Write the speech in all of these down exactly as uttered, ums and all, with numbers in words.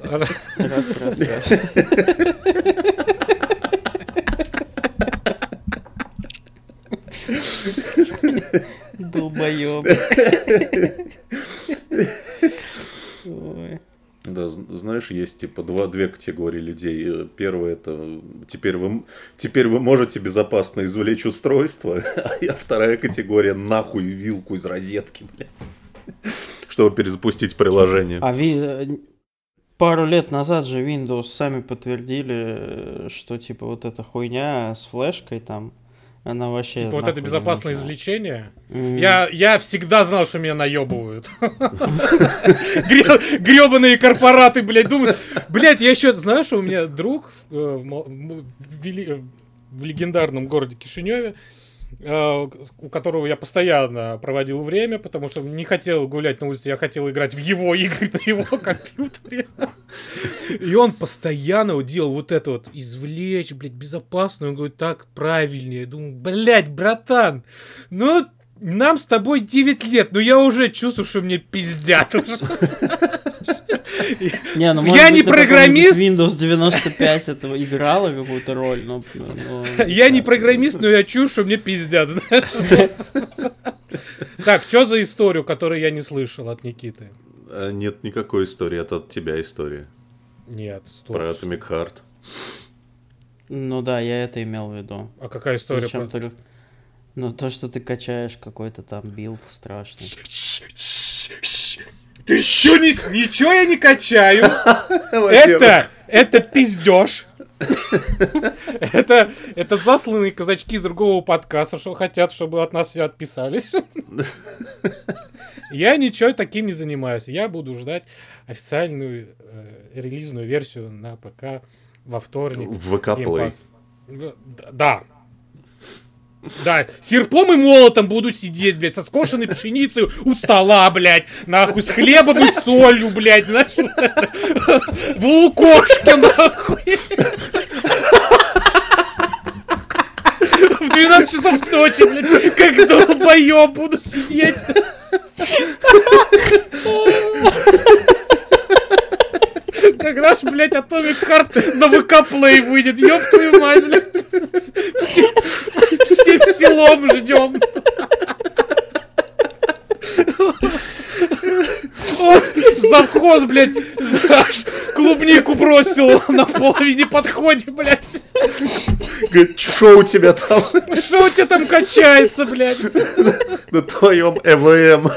Раз, раз, раз. Долбоёб. Ой. Да, знаешь, есть типа два, две категории людей. Первое это теперь вы, теперь вы можете безопасно извлечь устройство, а вторая категория нахуй вилку из розетки, блядь, чтобы перезапустить приложение. А ви... пару лет назад же Windows сами подтвердили, что типа вот эта хуйня с флешкой там, она вообще... Типа вот это безопасное извлечение? Mm. Я, я всегда знал, что меня наебывают. Гребаные корпораты, блядь, думают. Блядь, я еще, знаешь, у меня друг в легендарном городе Кишиневе, у которого я постоянно проводил время, потому что не хотел гулять на улице, я хотел играть в его игры на его компьютере. И он постоянно делал вот это вот, извлечь, блядь, безопасно. Он говорит, так правильнее. Я думаю, блядь, братан, ну, нам с тобой девять лет, но я уже чувствую, что мне пиздят уже. Не, ну, я не программист. Windows девяносто пять этого играла какую-то роль, но... но... Я не программист, но я чую, что мне пиздят, знаешь. Так, что за историю, которую я не слышал от Никиты? Нет никакой истории, это от тебя история. Нет, стоп. Про Atomic Heart. Ну да, я это имел в виду. А какая история? Про... Ты... Ну то, что ты качаешь какой-то там билд страшный. Ты что, ни... ничего я не качаю? Это, это пиздеж. Это, это засланные казачки из другого подкаста, что хотят, чтобы от нас все отписались. Я ничего таким не занимаюсь. Я буду ждать официальную э, релизную версию на ПК во вторник. В ВК Play. Да. Да, серпом и молотом буду сидеть, блядь, со скошенной пшеницей у стола, блядь, нахуй, с хлебом и солью, блядь, знаешь, вот это, в лукошке, нахуй. В двенадцать часов ночи, блядь, как долбоёб буду сидеть. Как раз, блядь, Atomic Heart на ВК Play выйдет, ёб твою мать, блядь. Всем, всем селом ждем. Завхоз, блядь, аж клубнику бросил на половине подходе, блядь. Говорит, что у тебя там? Что у тебя там качается, блядь? На твоем ЭВМ.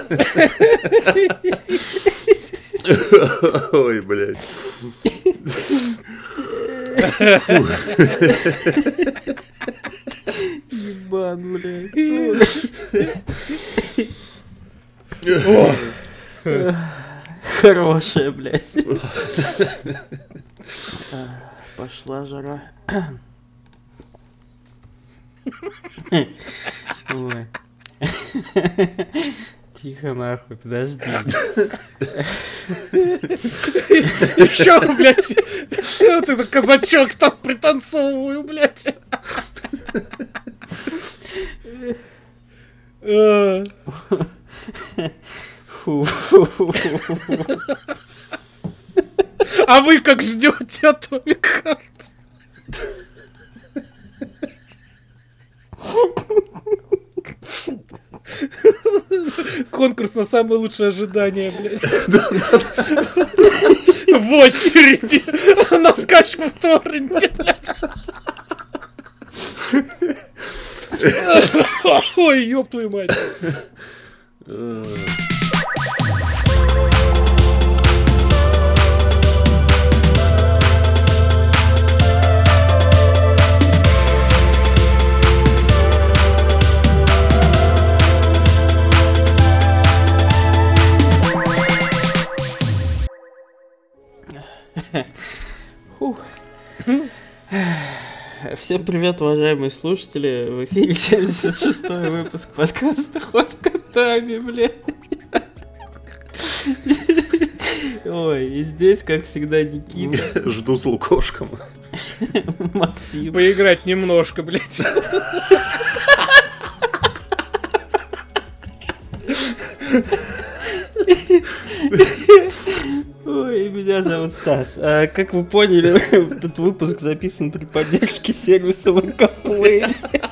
Ой, блядь. Ебан, блядь. Хорошая, блядь. Пошла жара. Ой. Тихо, нахуй, подожди. Еще, блядь, вот этот казачок там пританцовываю, блядь. А вы как ждете Atomic Heart? Конкурс на самое лучшее ожидание, блядь. В очереди на скачку в торренте, блядь. Ой, ёб твою мать. Всем привет, уважаемые слушатели. В эфире семьдесят шестой выпуск подкаста «Ход котами», блядь. Ой, и здесь, как всегда, Никита. Жду с лукошком. Максим. Поиграть немножко, блядь. Ой, И меня зовут Стас. А, как вы поняли, этот выпуск записан при поддержке сервиса вэ ка плей.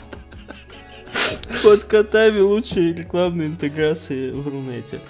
Под котами лучшие рекламные интеграции в Рунете.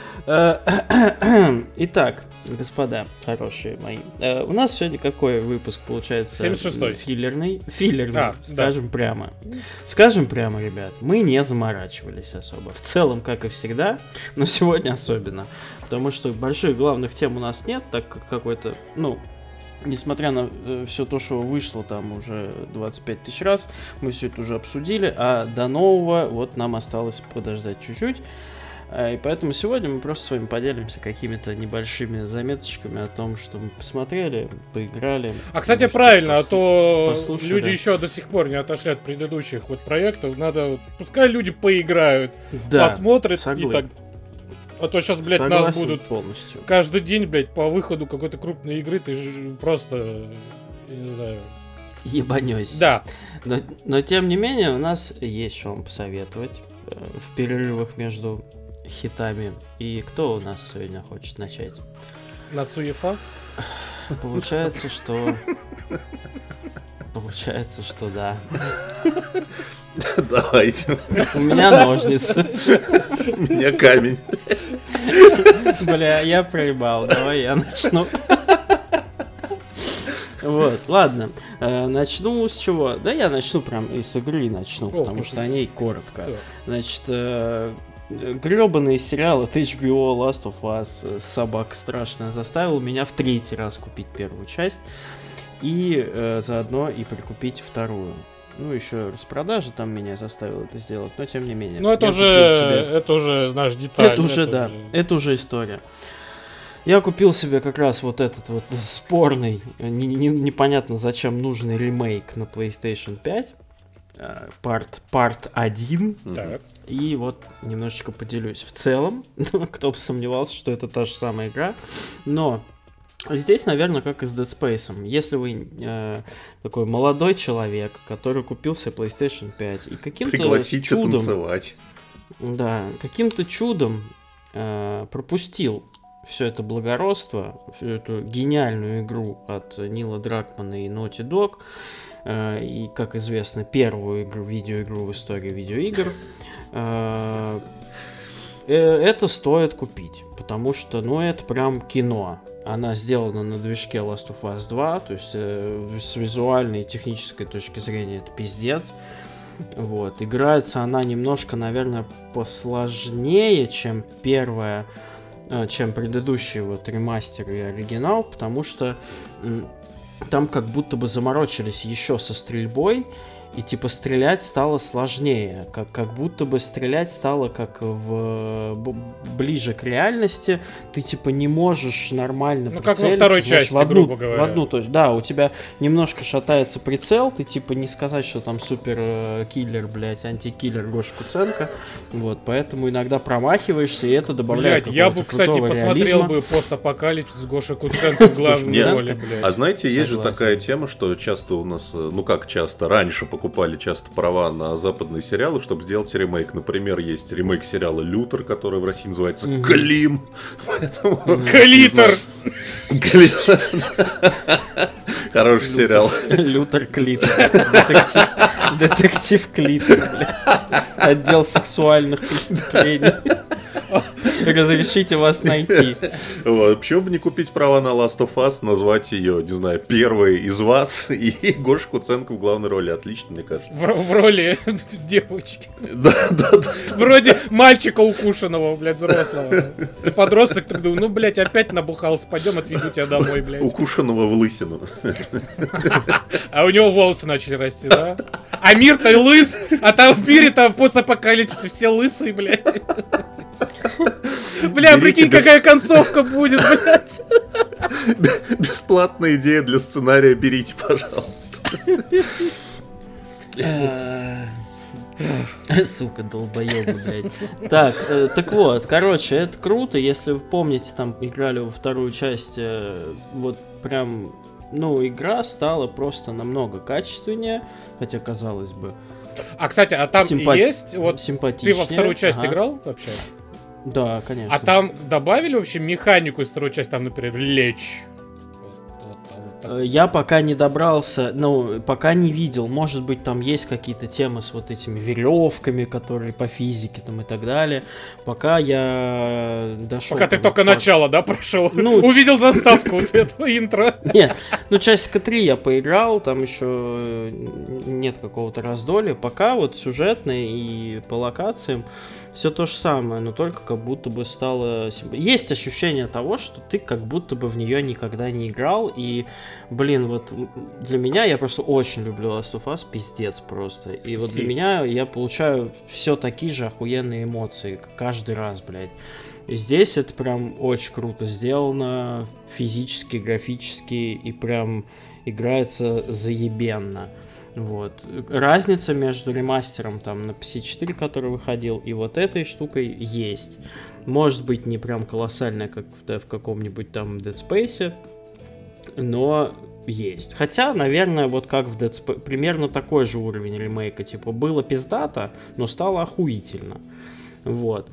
Итак, господа хорошие мои, у нас сегодня какой выпуск получается? семьдесят шестой. Филлерный. Филлерный, а, скажем да. прямо. Скажем прямо, ребят, мы не заморачивались особо. В целом, как и всегда, но сегодня особенно. Потому что больших главных тем у нас нет, так как какой-то, ну... Несмотря на э, все то, что вышло там уже двадцать пять тысяч раз, мы все это уже обсудили, а до нового вот нам осталось подождать чуть-чуть. Э, и поэтому сегодня мы просто с вами поделимся какими-то небольшими заметочками о том, что мы посмотрели, поиграли. А, кстати, может, правильно, пос... а то послушали. Люди еще до сих пор не отошли от предыдущих вот проектов. Надо, пускай люди поиграют, да, посмотрят согласен. И так. А то сейчас, блядь, Согласен нас будут полностью. Каждый день, блядь, по выходу какой-то крупной игры ты же просто, я не знаю... Ебанёсь. Да. Но, но, тем не менее, у нас есть что вам посоветовать э, в перерывах между хитами. И кто у нас сегодня хочет начать? Нацуефа? Получается, что... Получается, что да. Давайте. У меня ножницы. У меня камень. Бля, я проебал. Давай я начну. Вот, ладно. Начну с чего? Да я начну прям из игры начну, потому что о ней коротко. Значит, гребаные сериалы от эйч би о, Last of Us, собака страшная, заставил меня в третий раз купить первую часть. И э, заодно и прикупить вторую. Ну, еще распродажа там меня заставила это сделать, но тем не менее. Ну, это уже, себе... это уже наш деталь. Это уже, это да, уже... это уже история. Я купил себе как раз вот этот вот спорный, не, не, непонятно зачем нужный ремейк на PlayStation пять. Part, part один. Так. И вот немножечко поделюсь. В целом, кто бы сомневался, что это та же самая игра, но... Здесь, наверное, как и с Dead Space. Если вы э, такой молодой человек, который купил себе PlayStation пять и каким-то Пригласите чудом... танцевать. Да, каким-то чудом э, пропустил все это благородство, всю эту гениальную игру от Нила Дракмана и Naughty Dog, э, и, как известно, первую игру, видеоигру в истории видеоигр, э, э, это стоит купить, потому что, ну, это прям кино. Она сделана на движке Last of Us два, то есть э, с визуальной и технической точки зрения это пиздец. Вот. Играется она немножко, наверное, посложнее, чем первая, э, чем предыдущий вот ремастер и оригинал, потому что э, там как будто бы заморочились еще со стрельбой, и типа стрелять стало сложнее, как, как будто бы стрелять стало как в б, ближе к реальности, ты типа не можешь нормально ну, прицелиться. Как во второй знаешь, части, в одну, грубо говоря. В одну точку, да, у тебя немножко шатается прицел, ты типа не сказать, что там супер э, киллер, блять, антикиллер Гоша Куценко, вот, поэтому иногда промахиваешься, и это добавляет блядь, я бы, кстати, посмотрел реализма. бы постапокалипсис с Гошей Куценко в главной роли, блядь. А знаете, есть же такая тема, что часто у нас, ну как часто, раньше покупали часто права на западные сериалы, чтобы сделать ремейк. Например, есть ремейк сериала «Лютер», который в России называется mm-hmm. «Клим». Поэтому... Клитер! Клитер. Хороший сериал. Лютер Клитер. Детектив, детектив Клитер, блядь. Отдел сексуальных преступлений. Разрешите вас найти. Вот. Почему бы не купить права на Last of Us, назвать ее, не знаю, первой из вас, и Гоша Куценко в главной роли. Отлично, мне кажется. В, в роли девочки. Да, да, да. Вроде мальчика укушенного, блядь, взрослого. И подросток так думаю, ну, блядь, опять набухался, пойдем отведу тебя домой, блядь. Укушенного в лысину. А у него волосы начали расти, да? А мир-то лыс, а там в мире-то в постапокалипсисе все лысые, блядь. Бля, прикинь, без... какая концовка будет, блядь. Бесплатная идея для сценария, берите, пожалуйста. Сука, долбоёбы, блядь. Так, э, так вот, короче, это круто, если вы помните, там играли во вторую часть, э, вот прям, ну, игра стала просто намного качественнее, хотя, казалось бы. А, кстати, а там Симпат... есть, вот, ты во вторую часть ага. играл вообще? Да, конечно. А там добавили вообще механику из второй части, там, например, лечь? Я пока не добрался, ну, пока не видел. Может быть, там есть какие-то темы с вот этими веревками, которые по физике там и так далее. Пока я дошел... Пока ты вот только по... начало, да, прошел? Ну... Увидел заставку вот этого интро. Нет, ну, часика три я поиграл, там еще нет какого-то раздолья. Пока вот сюжетно и по локациям все то же самое, но только как будто бы стало... Есть ощущение того, что ты как будто бы в нее никогда не играл, и, блин, вот для меня, я просто очень люблю Last of Us, пиздец просто. И вот для меня я получаю все такие же охуенные эмоции каждый раз, блядь. И здесь это прям очень круто сделано, физически, графически, и прям играется заебенно. Вот. Разница между ремастером там на пи эс четыре, который выходил, и вот этой штукой есть. Может быть, не прям колоссальная, как в, да, в каком-нибудь там Dead Space, но есть. Хотя, наверное, вот как в Dead Space, примерно такой же уровень ремейка. Типа, было пиздато, но стало охуительно. Вот.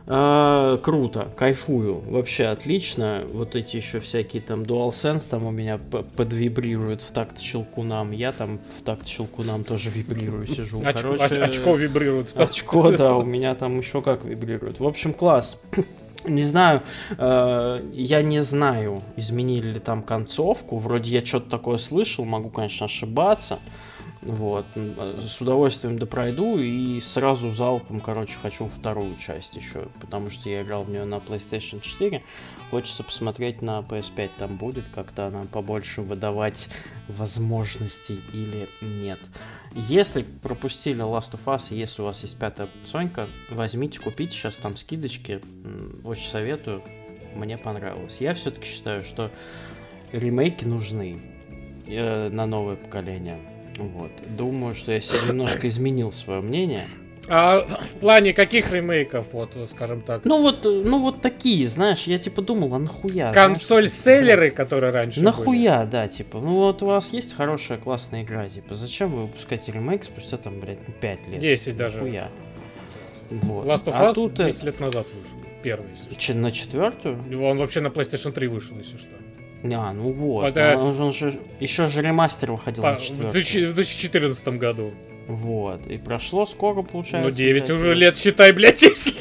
А, круто, кайфую, вообще отлично. Вот эти еще всякие там DualSense там у меня подвибрируют в такт щелкунам. Я там в такт щелкунам тоже вибрирую, сижу. Оч- Короче, очко вибрирует. Очко, да, у меня там еще как вибрирует. В общем, класс. Не знаю, э, я не знаю, изменили ли там концовку. Вроде я что-то такое слышал, могу, конечно, ошибаться. Вот, с удовольствием допройду и сразу залпом, короче, хочу вторую часть еще, потому что я играл в нее на PlayStation четыре, хочется посмотреть на пи эс пять, там будет как-то она побольше выдавать возможностей или нет. Если пропустили Last of Us, если у вас есть пятая Сонька, возьмите, купите, сейчас там скидочки, очень советую, мне понравилось. Я все-таки считаю, что ремейки нужны э, на новое поколение. Вот. Думаю, что я себе немножко изменил свое мнение. А в плане каких ремейков, вот, скажем так? Ну вот, ну вот такие, знаешь, я типа думал, а нахуя? Консоль-селлеры, да, которые раньше нахуя, были. да, типа, ну вот у вас есть хорошая классная игра, типа, зачем вы выпускаете ремейк спустя там, блядь, пять лет? десять даже. Нахуя? Вот. Last of а Us тут... десять лет назад вышел, первый, если Ч- на четвертую? Он вообще на PlayStation три вышел, если что. А, ну вот. Это... Он же, он же еще же ремастер выходил По... на четвертую. В две тысячи четырнадцатом году. Вот. И прошло сколько, получается? Ну, девять блядь, уже лет, считай, блядь, если...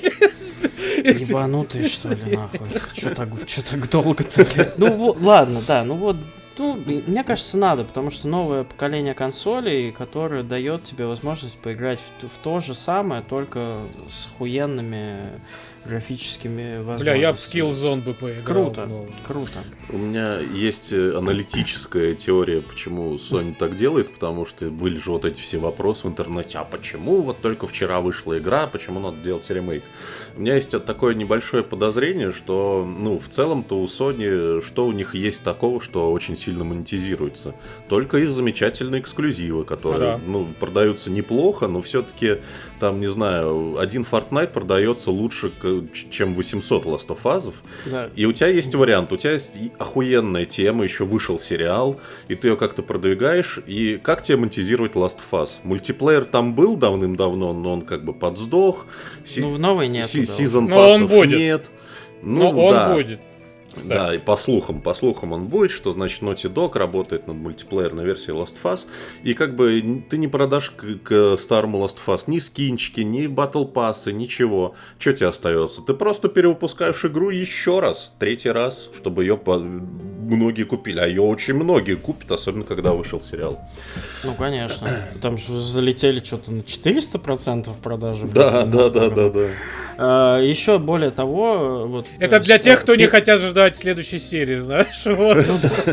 Ебанутый, что ли, нахуй? Че так, че так долго-то, блядь? Ну, вот, ладно, да, ну вот, ну, мне кажется, надо, потому что новое поколение консолей, которое дает тебе возможность поиграть в, в то же самое, только с охуенными графическими возможностями. Бля, я в Skillzone бы поиграл. Круто, но... круто. У меня есть аналитическая теория, почему Sony так делает, потому что были же вот эти все вопросы в интернете, а почему вот только вчера вышла игра, почему надо делать ремейк? У меня есть такое небольшое подозрение, что, ну, в целом-то у Sony, что у них есть такого, что очень сильно монетизируется? Только их замечательные эксклюзивы, которые, да. ну, продаются неплохо, но все-таки, там, не знаю, один Fortnite продается лучше, чем восемьсот Last of Us. Да. И у тебя есть вариант, у тебя есть охуенная тема, еще вышел сериал, и ты ее как-то продвигаешь, и как тебе монетизировать Last of Us? Мультиплеер там был давным-давно, но он как бы подсдох. Си- ну, в новой нет. си- Сезон но он пассов будет. нет. Ну, Ну, он да. будет. Кстати. Да, и по слухам, по слухам он будет, что значит Naughty Dog работает над мультиплеерной версией Last of Us, и как бы ты не продашь к, к старому Last of Us ни скинчики, ни батл пассы, ничего. Что тебе остается? Ты просто перевыпускаешь игру еще раз, третий раз, чтобы ее по... многие купили, а ее очень многие купят, особенно когда вышел сериал. Ну, конечно. Там же залетели что-то на четыреста процентов продажи. Да, да, да, да, да. А, еще более того, вот... Это для тех, кто не хотят ждать следующей серии, знаешь, вот.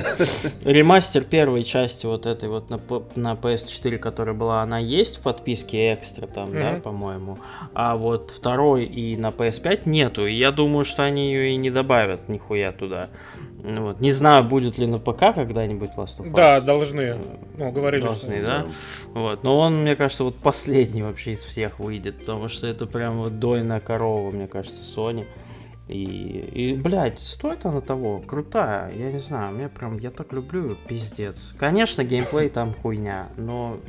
Ремастер первой части вот этой вот на, на пи эс четыре, которая была, она есть в подписке экстра там, mm-hmm. да, по-моему. А вот второй и на пи эс пять нету. И я думаю, что они ее и не добавят нихуя туда. Вот. Не знаю, будет ли на ПК когда-нибудь Last of Us. Да, должны. Ну, говорили, должны, что... да? Вот. Но он, мне кажется, вот последний вообще из всех выйдет, потому что это прям вот дойная корова, мне кажется, Sony. И, и, блядь, стоит она того? Крутая, я не знаю, мне прям, я так люблю, пиздец. Конечно, геймплей там хуйня, но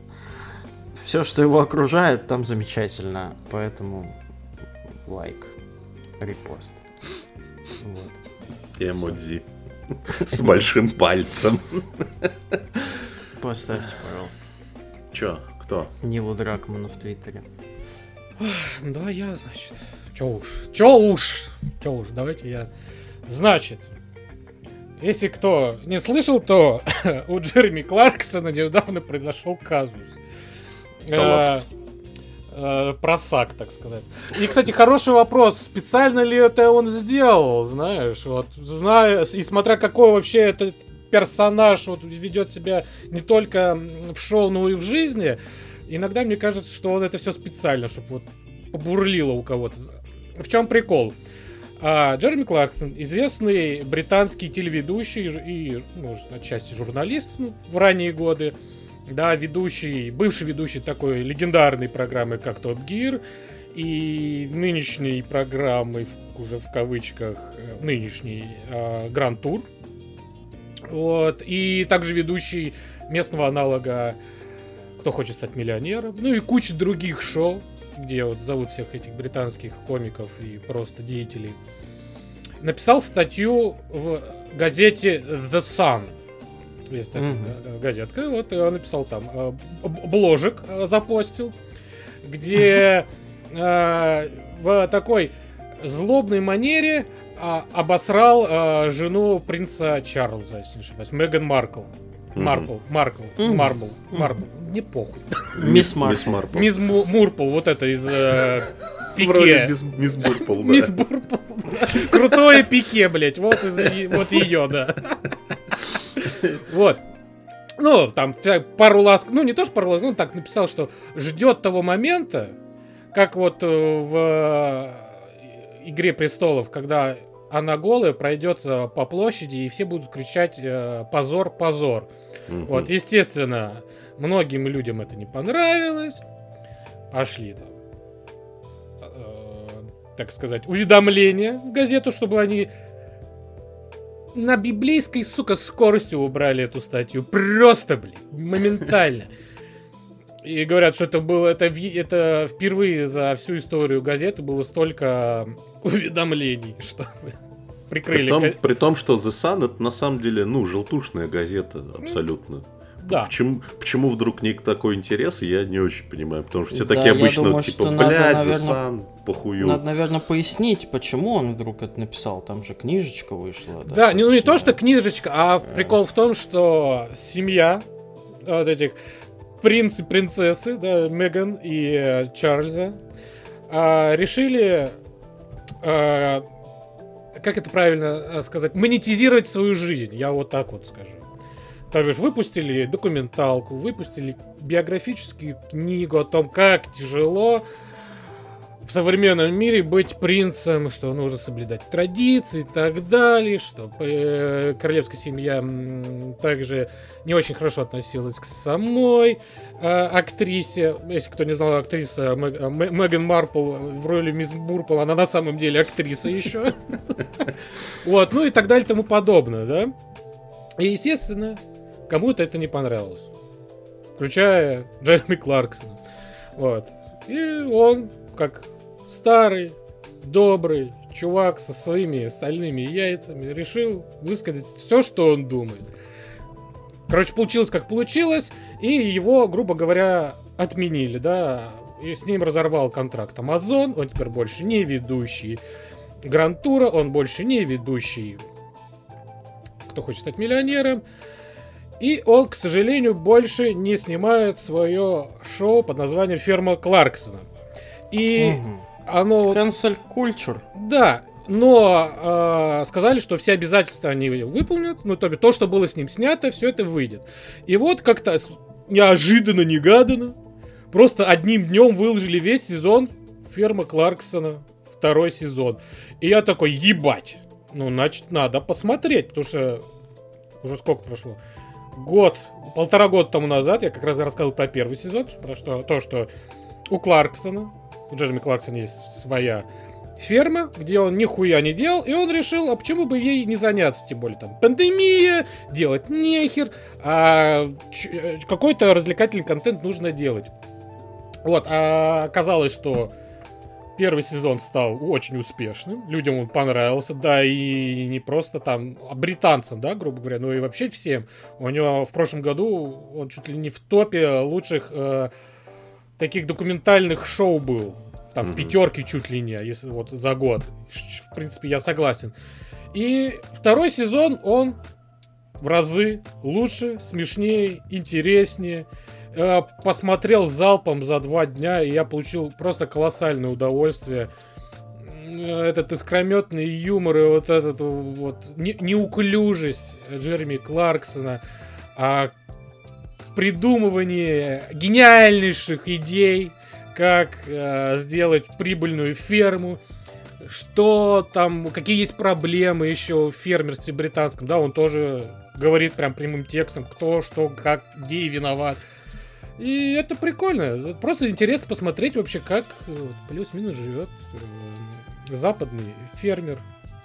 все, что его окружает, там замечательно, поэтому лайк. репост. Вот. И эмодзи. С большим пальцем. Поставьте, пожалуйста. Чё? Кто? Нила Дракмана в Твиттере. Да, я, значит. Чё уж. Чё уж. Чё уж, давайте я. Значит, если кто не слышал, то у Джереми Кларксона недавно произошел казус. Коллапс. Э, просак, так сказать. И, кстати, хороший вопрос. Специально ли это он сделал, знаешь? Вот, зная, и смотря какой вообще этот персонаж вот, ведет себя не только в шоу, но и в жизни, иногда мне кажется, что он это все специально, чтобы вот побурлило у кого-то. В чем прикол? А, Джереми Кларксон, известный британский телеведущий и, может, отчасти журналист, ну, в ранние годы, да, ведущий, бывший ведущий такой легендарной программы, как Top Gear, и нынешней программы, уже в кавычках, нынешний э, Grand Tour. Вот, и также ведущий местного аналога «Кто хочет стать миллионером», ну и куча других шоу, где вот зовут всех этих британских комиков и просто деятелей. Написал статью в газете The Sun. Есть такая mm-hmm. газетка. Вот он написал там. Э, бложик э, запостил, где э, в такой злобной манере э, обосрал э, жену принца Чарльза, если не ошибаюсь, Меган Маркл. Марпл, Маркл, Марбл, Марбл, не похуй. Мисс Марпл. Мисс Мурпл, вот это из э, Пике. Вроде Мисс Бурпл, да. Мисс Бурпл. Крутое Пике, блять, вот, вот ее, да. Вот. Ну, там пару ласк, ну не то что пару ласк, ну так написал, что ждет того момента, как вот в Игре престолов, когда она голая пройдется по площади, и все будут кричать «позор, позор». Mm-hmm. Вот, естественно, многим людям это не понравилось. Пошли там, э, так сказать, уведомления в газету, чтобы они на библейской, сука, скоростью убрали эту статью. Просто, блин, моментально. И говорят, что это было, это, это впервые за всю историю газеты было столько уведомлений, что прикрыли. При том, при том, что The Sun это на самом деле, ну, желтушная газета абсолютно. Да. Почему, почему вдруг не такой интерес, я не очень понимаю. Потому что все да, такие обычно, думаю, типа, блядь, надо, The Sun, похую. Надо, наверное, пояснить, почему он вдруг это написал. Там же книжечка вышла. Да, да ну не то, что книжечка, а прикол в том, что семья вот этих принц и принцессы, да, Меган и э, Чарльза, э, решили, э, как это правильно сказать, монетизировать свою жизнь, я вот так вот скажу. То бишь, выпустили документалку, выпустили биографическую книгу о том, как тяжело в современном мире быть принцем, что нужно соблюдать традиции и так далее, что э, королевская семья м, также не очень хорошо относилась к самой э, актрисе. Если кто не знал, актриса Мэг, Мэг, Меган Марпл в роли мисс Бурпл, она на самом деле актриса еще. Вот, ну и так далее и тому подобное, да. И, естественно, кому-то это не понравилось. Включая Джереми Кларксона. Вот. И он, как старый, добрый чувак со своими стальными яйцами, решил высказать все, что он думает. Короче, получилось как получилось, и его, грубо говоря, отменили, да. И с ним разорвал контракт Amazon, он теперь больше не ведущий Гранд Тура, он больше не ведущий «Кто хочет стать миллионером». И он, к сожалению, больше не снимает свое шоу под названием «Ферма Кларксона». И угу. оно... Cancel culture. Да, но э, сказали, что все обязательства они выполнят. Ну, то, то, что было с ним снято, все это выйдет. И вот как-то неожиданно, негаданно, просто одним днем выложили весь сезон «Ферма Кларксона», второй сезон. И я такой, ебать. Ну, значит, надо посмотреть, потому что уже сколько прошло? Год, полтора года тому назад я как раз рассказывал про первый сезон, про что, то, что у Кларксона, у Джереми Кларксона есть своя ферма, где он нихуя не делал, и он решил, а почему бы ей не заняться, тем более там пандемия, делать нехер, а ч- какой-то развлекательный контент нужно делать. Вот, а оказалось, что первый сезон стал очень успешным, людям он понравился, да, и не просто там британцам, да, грубо говоря, но и вообще всем. У него в прошлом году он чуть ли не в топе лучших э, таких документальных шоу был. Там mm-hmm. в пятерке чуть ли не, если вот за год. В принципе, я согласен. И второй сезон, он в разы лучше, смешнее, интереснее. Э, посмотрел залпом за два дня, и я получил просто колоссальное удовольствие. Этот искрометный юмор и вот этот вот не, неуклюжесть Джереми Кларксона, а придумывание гениальнейших идей, как э, сделать прибыльную ферму, что там, какие есть проблемы еще в фермерстве британском, да, он тоже говорит прям прямым текстом, кто, что, как, где и виноват. И это прикольно, просто интересно посмотреть вообще, как плюс-минус живет э, западный фермер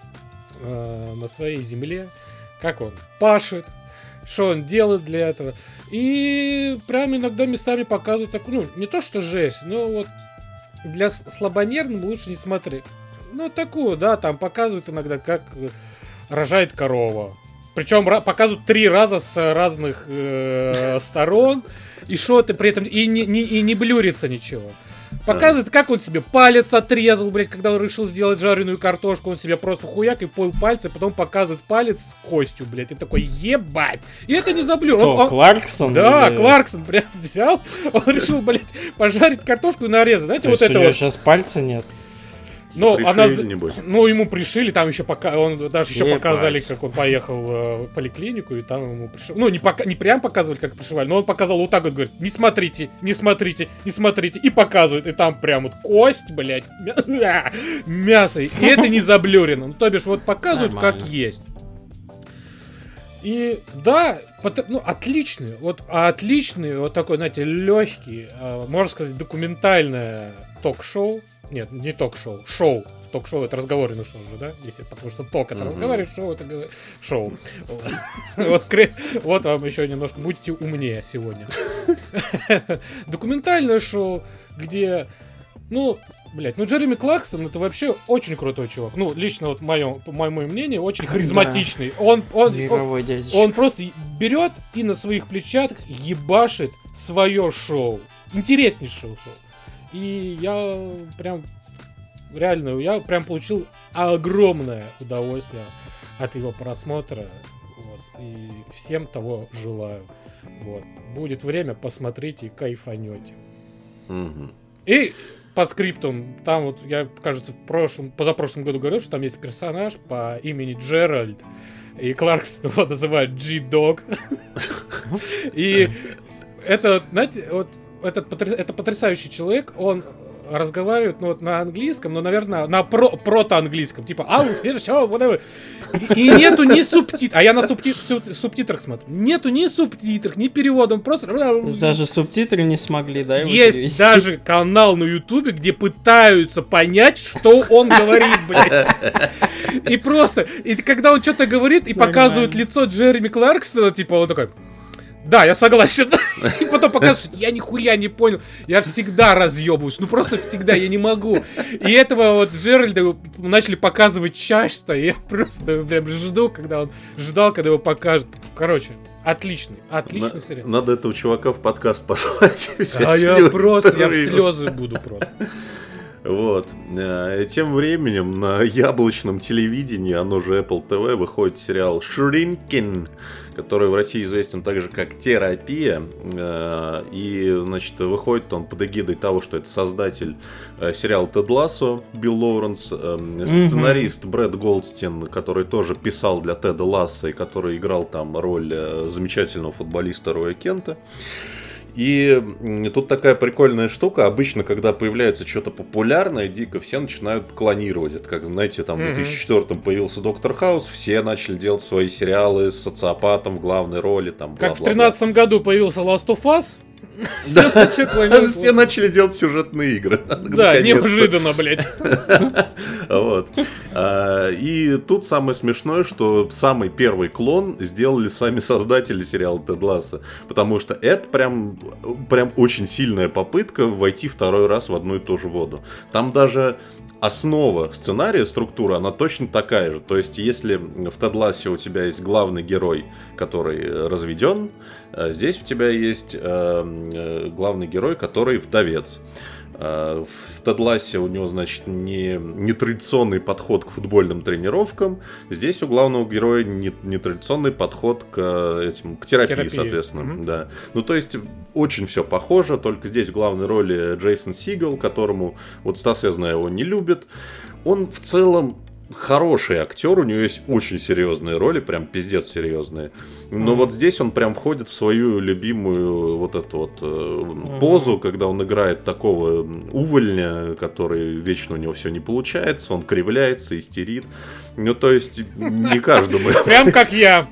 э, на своей земле, как он пашет, что он делает для этого. И прям иногда местами показывают такую, ну, не то что жесть, но вот для слабонервных лучше не смотреть. Ну, такую, да, там показывают иногда, как рожает корова. Причем показывают три раза с разных э, сторон. И что ты при этом, и не, не, и не блюрится ничего. Показывает, как он себе палец отрезал, блядь, когда он решил сделать жареную картошку. Он себе просто хуяк и пол пальца, потом показывает палец с костью, блядь. И такой, ебать. И это не заблю. Кто, он, он... Кларксон? Да, или... Кларксон, блядь, взял. Он решил, блядь, пожарить картошку и нарезать. Знаете, То вот есть это у него вот. сейчас пальца нет? Ну, Пришили, она, небось. ну, ему пришили, там еще пока, он даже еще Ебать. показали, как он поехал э, в поликлинику, и там ему пришили. Ну, не, пока, не прям показывали, как пришивали, но он показал вот так вот, говорит, не смотрите, не смотрите, не смотрите, и показывает, и там прям вот кость, блядь, мя- мясо, и это не заблюрено. Ну, то бишь, вот показывают, Нормально. как есть. И да, ну, отличный, вот отличный, вот такой, знаете, легкий, э, можно сказать, документальное ток-шоу. Нет, не ток-шоу, шоу. Ток-шоу — это разговорное шоу же, да? Если, потому что ток — это разговаривать, шоу — это шоу. Вот вам еще немножко, будьте умнее сегодня. Документальное шоу, где, ну, блять, ну Джереми Кларксон — это вообще очень крутой чувак. Ну, лично вот мое, мое мнение, очень харизматичный. Он, он, Мировой дядечка. он просто берет и на своих плечах ебашит свое шоу. Интереснейшее шоу. И я прям, реально, я прям получил огромное удовольствие от его просмотра. Вот, и всем того желаю. Вот. Будет время, посмотрите, кайфанете. Угу. И по скриптам, там вот, я, кажется, в прошлом, позапрошлом году говорил, что там есть персонаж по имени Джеральд. И Кларксон его называют G-Dog. И это, знаете, вот Этот потряс... это потрясающий человек, он разговаривает, ну, вот на английском, но, наверное, на про... прото-английском, типа, ау, что, whatever. И, и нету ни субтитров, а я на субти... субтитрах смотрю, нету ни субтитров, ни перевода, он просто... Даже субтитры не смогли, да, его Есть перевести? даже канал на Ютубе, где пытаются понять, что он говорит, блядь. И просто, и когда он что-то говорит, и показывают лицо Джереми Кларксона, типа, он такой... Да, я согласен. И потом показывают, я нихуя не понял. Я всегда разъебываюсь. Ну просто всегда, я не могу. И этого вот Джеральда начали показывать часто. И я просто прям жду, когда он ждал, когда его покажут. Короче, отличный, отличный На, сериал. Надо этого чувака в подкаст позвать. А я просто, я в слезы буду просто. Вот. Тем временем на яблочном телевидении, оно же Apple ти ви, выходит сериал Shrinking, который в России известен также как «Терапия». И, значит, выходит он под эгидой того, что это создатель сериала «Тед Лассо» Билл Лоуренс, сценарист Брэд Голдстин, который тоже писал для Теда Ласса и который играл там роль замечательного футболиста Роя Кента. И тут такая прикольная штука. Обычно, когда появляется что-то популярное, дико, все начинают клонировать. Это как, знаете, там в две тысячи четвёртом появился Доктор Хаус, все начали делать свои сериалы с социопатом в главной роли. Там, как в тринадцатом году появился Last of Us. Все начали делать сюжетные игры. Да, неожиданно, блядь. Вот. И тут самое смешное, что самый первый клон сделали сами создатели сериала Тед Лассо, потому что это прям, прям очень сильная попытка войти второй раз в одну и ту же воду. Там даже основа сценария, структура, она точно такая же. То есть, если в Тед Лассо у тебя есть главный герой, который разведен, здесь у тебя есть главный герой, который вдовец. В Тед Лассо у него, значит, не, не традиционный подход к футбольным тренировкам. Здесь у главного героя не, не традиционный подход к, этим, к терапии, терапии. соответственно. Mm-hmm. Да. Ну, то есть, очень все похоже, только здесь в главной роли Джейсон Сигел, которому, вот Стас, я знаю, его не любит. Он в целом хороший актер, у него есть очень серьезные роли, прям пиздец серьезные. Но mm-hmm. вот здесь он прям входит в свою любимую вот эту вот э, mm-hmm. позу, когда он играет такого увольня, который вечно у него все не получается, он кривляется, истерит. Ну, то есть, не каждому... Прям как я.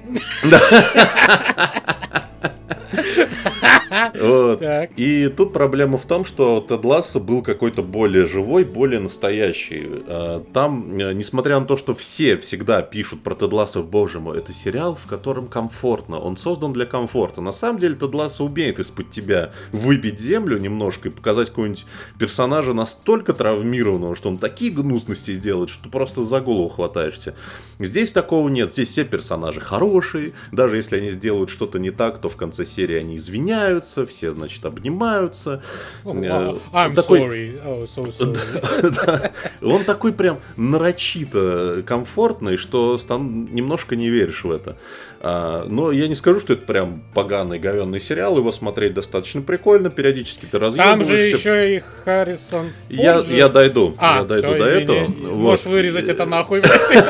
Вот. И тут проблема в том, что Тед Лассо был какой-то более живой, более настоящий. Там, несмотря на то, что все всегда пишут про Тед Лассо, боже мой, это сериал, в котором комфортно, он создан для комфорта. На самом деле Тед Лассо умеет из-под тебя выбить землю немножко и показать какого-нибудь персонажа настолько травмированного, что он такие гнусности сделает, что просто за голову хватаешься. Здесь такого нет, здесь все персонажи хорошие, даже если они сделают что-то не так, то в конце серии они извиняются, все, значит, обнимаются. Oh, wow. I'm такой... sorry. Oh, so sorry. Да, он такой прям нарочито комфортный, что немножко не веришь в это. А, но я не скажу, что это прям поганый, говенный сериал, его смотреть достаточно прикольно, периодически ты разъебываешься. Там же еще и Харрисон Форд я, же... я дойду, а, я дойду все, до извини. этого. Можешь вот. вырезать это нахуй.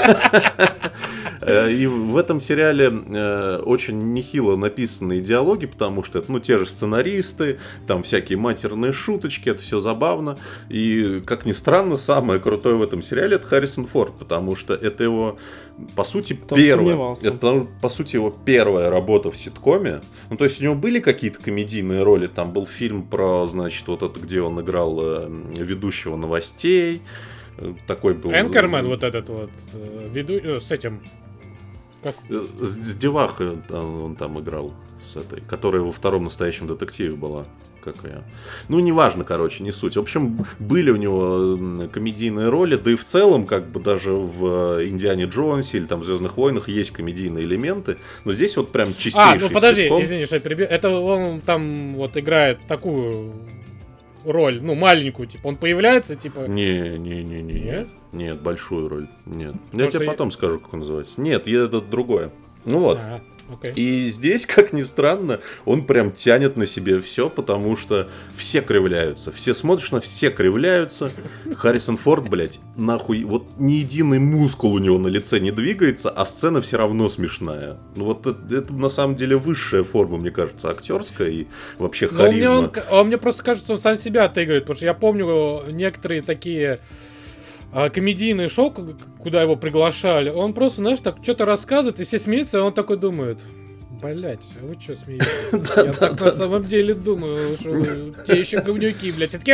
И в этом сериале э, очень нехило написаны диалоги, потому что это, ну, те же сценаристы, там всякие матерные шуточки, это все забавно. И, как ни странно, самое крутое в этом сериале — это Харрисон Форд, потому что это его, по сути, там первая, это, по сути, его первая работа в ситкоме. Ну, то есть у него были какие-то комедийные роли, там был фильм про, значит, вот это, где он играл э, ведущего новостей. Такой был... Энкермен, вот этот вот, веду... с этим... Как? С, с Девахой он, он там играл, с этой, которая во втором настоящем детективе была. Как я. Ну, неважно, короче, не суть. В общем, были у него комедийные роли, да и в целом, как бы даже в Индиане Джонсе или там в Звездных войнах есть комедийные элементы, но здесь вот прям чистейший А, ну подожди, ситком. Извини, что я перебил. Это он там вот играет такую роль, ну, маленькую, типа, он появляется, типа... Не-не-не-не. Нет? Нет, большую роль. Нет. Просто я тебе потом я... скажу, как он называется. Нет, это другое. Ну вот. А, окей. И здесь, как ни странно, он прям тянет на себе все, потому что все кривляются. Все смотришь на все кривляются. Харрисон Форд, блядь, нахуй, вот ни единый мускул у него на лице не двигается, а сцена все равно смешная. Ну вот это, это на самом деле высшая форма, мне кажется, актерская и вообще харизма. Мне, он, он, мне просто кажется, он сам себя отыгрывает, потому что я помню некоторые такие... комедийное шоу, куда его приглашали, он просто, знаешь, так что-то рассказывает, и все смеются, и он такой думает: блять, а вы что смеетесь? Я так на самом деле думаю, что те еще говнюки, блять, такие...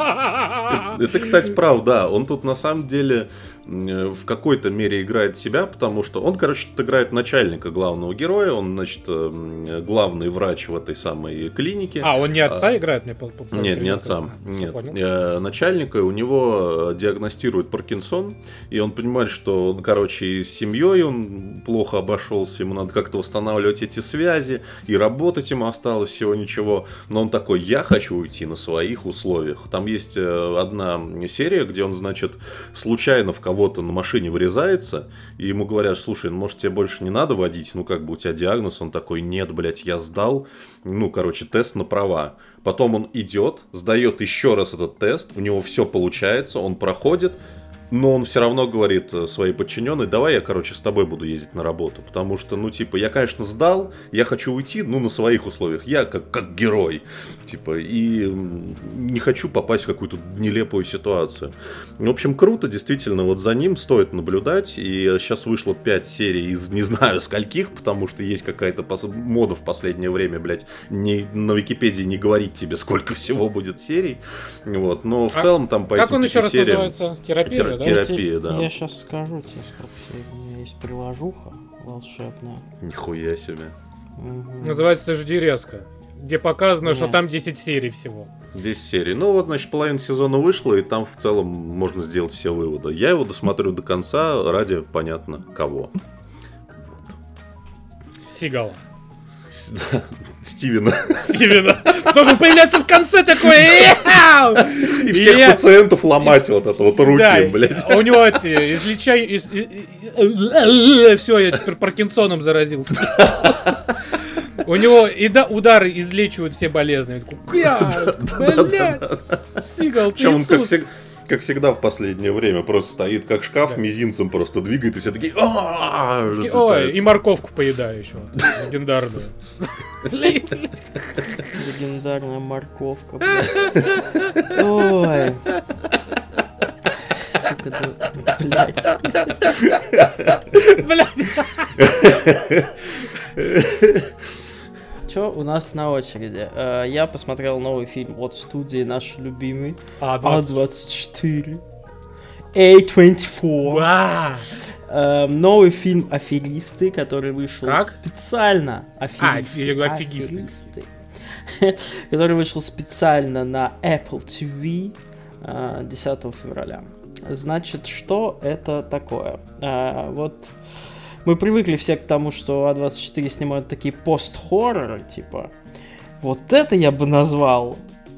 Это, кстати, правда, да, он тут на самом деле в какой-то мере играет себя, потому что он, короче, играет начальника главного героя, он, значит, главный врач в этой самой клинике. А, он не отца а, играет? Мне по, по, нет, не отца. Нет. Начальника, у него диагностируют Паркинсон, и он понимает, что, он, короче, и с семьей он плохо обошелся, ему надо как-то восстанавливать эти связи, и работать ему осталось всего ничего. Но он такой: я хочу уйти на своих условиях. Там есть одна серия, где он, значит, случайно в кого вот он на машине вырезается, и ему говорят: слушай, ну, может, тебе больше не надо водить, ну, как бы у тебя диагноз. Он такой: нет, блядь, я сдал, ну, короче, тест на права. Потом он идет, сдает еще раз этот тест, у него все получается, он проходит, но он все равно говорит своей подчиненной: давай я, короче, с тобой буду ездить на работу, потому что, ну, типа, я, конечно, сдал, я хочу уйти, ну, на своих условиях, я как, как герой, типа, и не хочу попасть в какую-то нелепую ситуацию. В общем, круто, действительно, вот за ним стоит наблюдать, и сейчас вышло пять серий из не знаю скольких, потому что есть какая-то пос... мода в последнее время, блядь, не, на Википедии не говорить тебе, сколько всего будет серий, вот, но в а целом там по как этим он еще раз сериям... называется? Терапия? да? Терапия, да. Я сейчас скажу тебе, сколько серий. У меня есть приложуха волшебная. Нихуя себе. Угу. Называется «Жди резко», где показано, Нет. что там десять серий всего. десять серий. Ну вот, значит, половина сезона вышла, и там в целом можно сделать все выводы. Я его досмотрю до конца ради, понятно, кого. Сигала. С- да, Стивена. Стивена. Должен появляться в конце такой. «Яу!» И всех я- пациентов ломать вот это вот руки, Да, блядь. а у него эти излечай... Все, я теперь Паркинсоном заразился. У него и да, удары излечивают все болезни. Я такой, «Я, блядь, Сигал, ты Причем он, как, Иисус». всег- как всегда в последнее время, просто стоит как шкаф, Да. мизинцем просто двигает, и все такие «А-а-а!» Ой, разлетаются. и морковку поедаю еще. Легендарную. Легендарная морковка, блядь. Ой. Сука, да, блядь. Блядь. Чё у нас на очереди? Э, Я посмотрел новый фильм от студии наш любимый А, А двадцать. двадцать четыре. эй двадцать четыре. Вау. Э, Новый фильм «Аферисты», который вышел Как? специально. А, Аферисты. я говорю, «Офигисты». Аферисты. Который вышел специально на Apple ти ви э, десятого февраля. Значит, что это такое? Э, Вот мы привыкли все к тому, что А двадцать четыре снимают такие пост-хорроры, типа. Вот это я бы назвал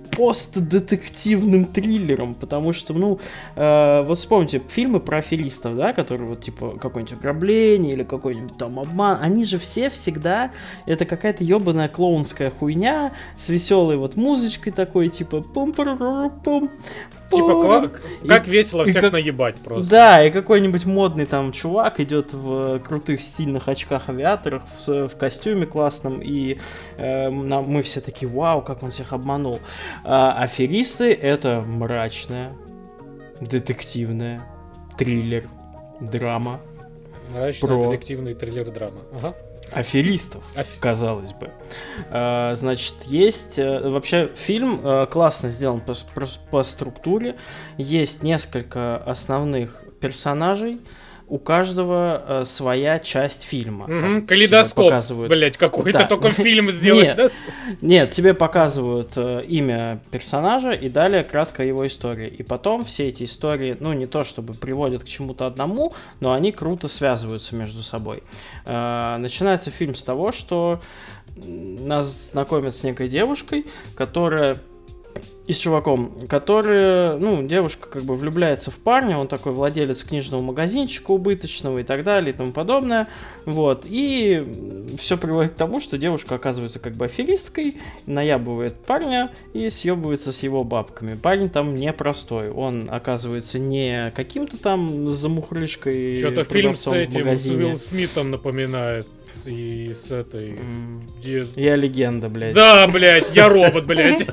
постдетективным триллером, потому что, ну, э, вот вспомните фильмы про аферистов, да, которые вот типа какое-нибудь ограбление или какой-нибудь там обман, они же все всегда, это какая-то ебаная клоунская хуйня с веселой вот музычкой такой, типа пум пум пум Типа, кла- как весело и всех как- наебать просто. Да, и какой-нибудь модный там чувак идет в крутых стильных очках-авиаторах, в, в костюме классном, и э, нам- мы все такие, вау, как он всех обманул. А аферисты — это мрачная, детективная, триллер, драма Мрачный Про- детективный триллер-драма. Ага. аферистов, Аф- казалось бы. А, значит, есть... э, Вообще, фильм э, классно сделан по, с- по с- по структуре. Есть несколько основных персонажей. У каждого э, своя часть фильма. Мгм, Там тебе Калейдоскоп, показывают- блять, какой-то Да. только фильм сделать. Нет. да? Нет, тебе показывают э, имя персонажа и далее краткая его история. И потом все эти истории, ну, не то чтобы приводят к чему-то одному, но они круто связываются между собой. Э, начинается фильм с того, что м, нас знакомят с некой девушкой, которая... И с чуваком, который, ну, девушка как бы влюбляется в парня, он такой владелец книжного магазинчика убыточного и так далее и тому подобное, вот, и все приводит к тому, что девушка оказывается как бы аферисткой, наябывает парня и съебывается с его бабками. Парень там непростой, он оказывается не каким-то там замухрышкой Что-то фильм с продавцом в этим, с магазине. Уилл Смитом напоминает. И с этой... М, где- Я легенда, блядь. Да, блядь, я робот, блядь.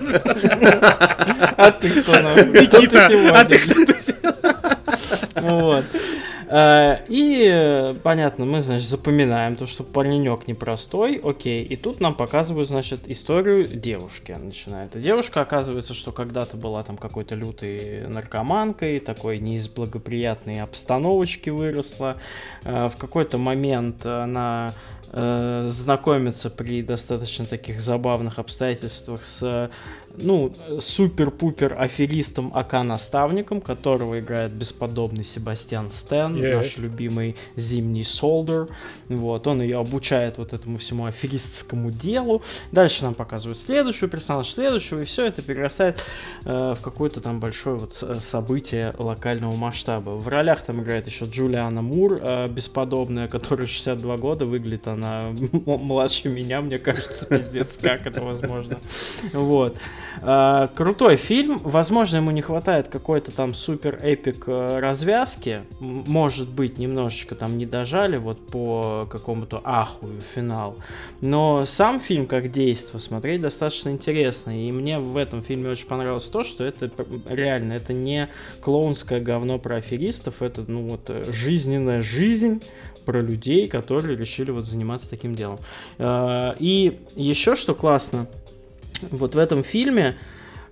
А ты кто, нахуй? Кто ты Никита, сегодня? а ты кто ты? Вот. Э, И, э, понятно, мы, значит, запоминаем то, что паренек непростой, окей. И тут нам показывают, значит, историю девушки. Начинает. И девушка, оказывается, что когда-то была там какой-то лютой наркоманкой, такой не из благоприятной обстановочки выросла. Э, В какой-то момент она э, знакомится при достаточно таких забавных обстоятельствах с, ну, супер-пупер аферистом АК-наставником, которого играет бесподобный Себастьян Стэн, Yes. наш любимый зимний солдер. Вот, он ее обучает вот этому всему аферистскому делу. Дальше нам показывают следующую персонаж, следующего, и все это перерастает э, в какое-то там большое вот с- событие локального масштаба. В ролях там играет еще Джулиана Мур, э, бесподобная, которая шестьдесят два года, выглядит она м- младше меня, мне кажется, пиздец, как это возможно. Вот. А, крутой фильм. Возможно, ему не хватает какой-то там супер эпик э, развязки. М- Может быть, немножечко там не дожали вот по какому-то ахую финал. Но сам фильм как действо смотреть достаточно интересно. И мне в этом фильме очень понравилось то, что это п- реально, это не клоунское говно про аферистов, это, ну вот, э, жизненная жизнь про людей, которые решили вот заниматься таким делом. Э, И еще что классно, вот в этом фильме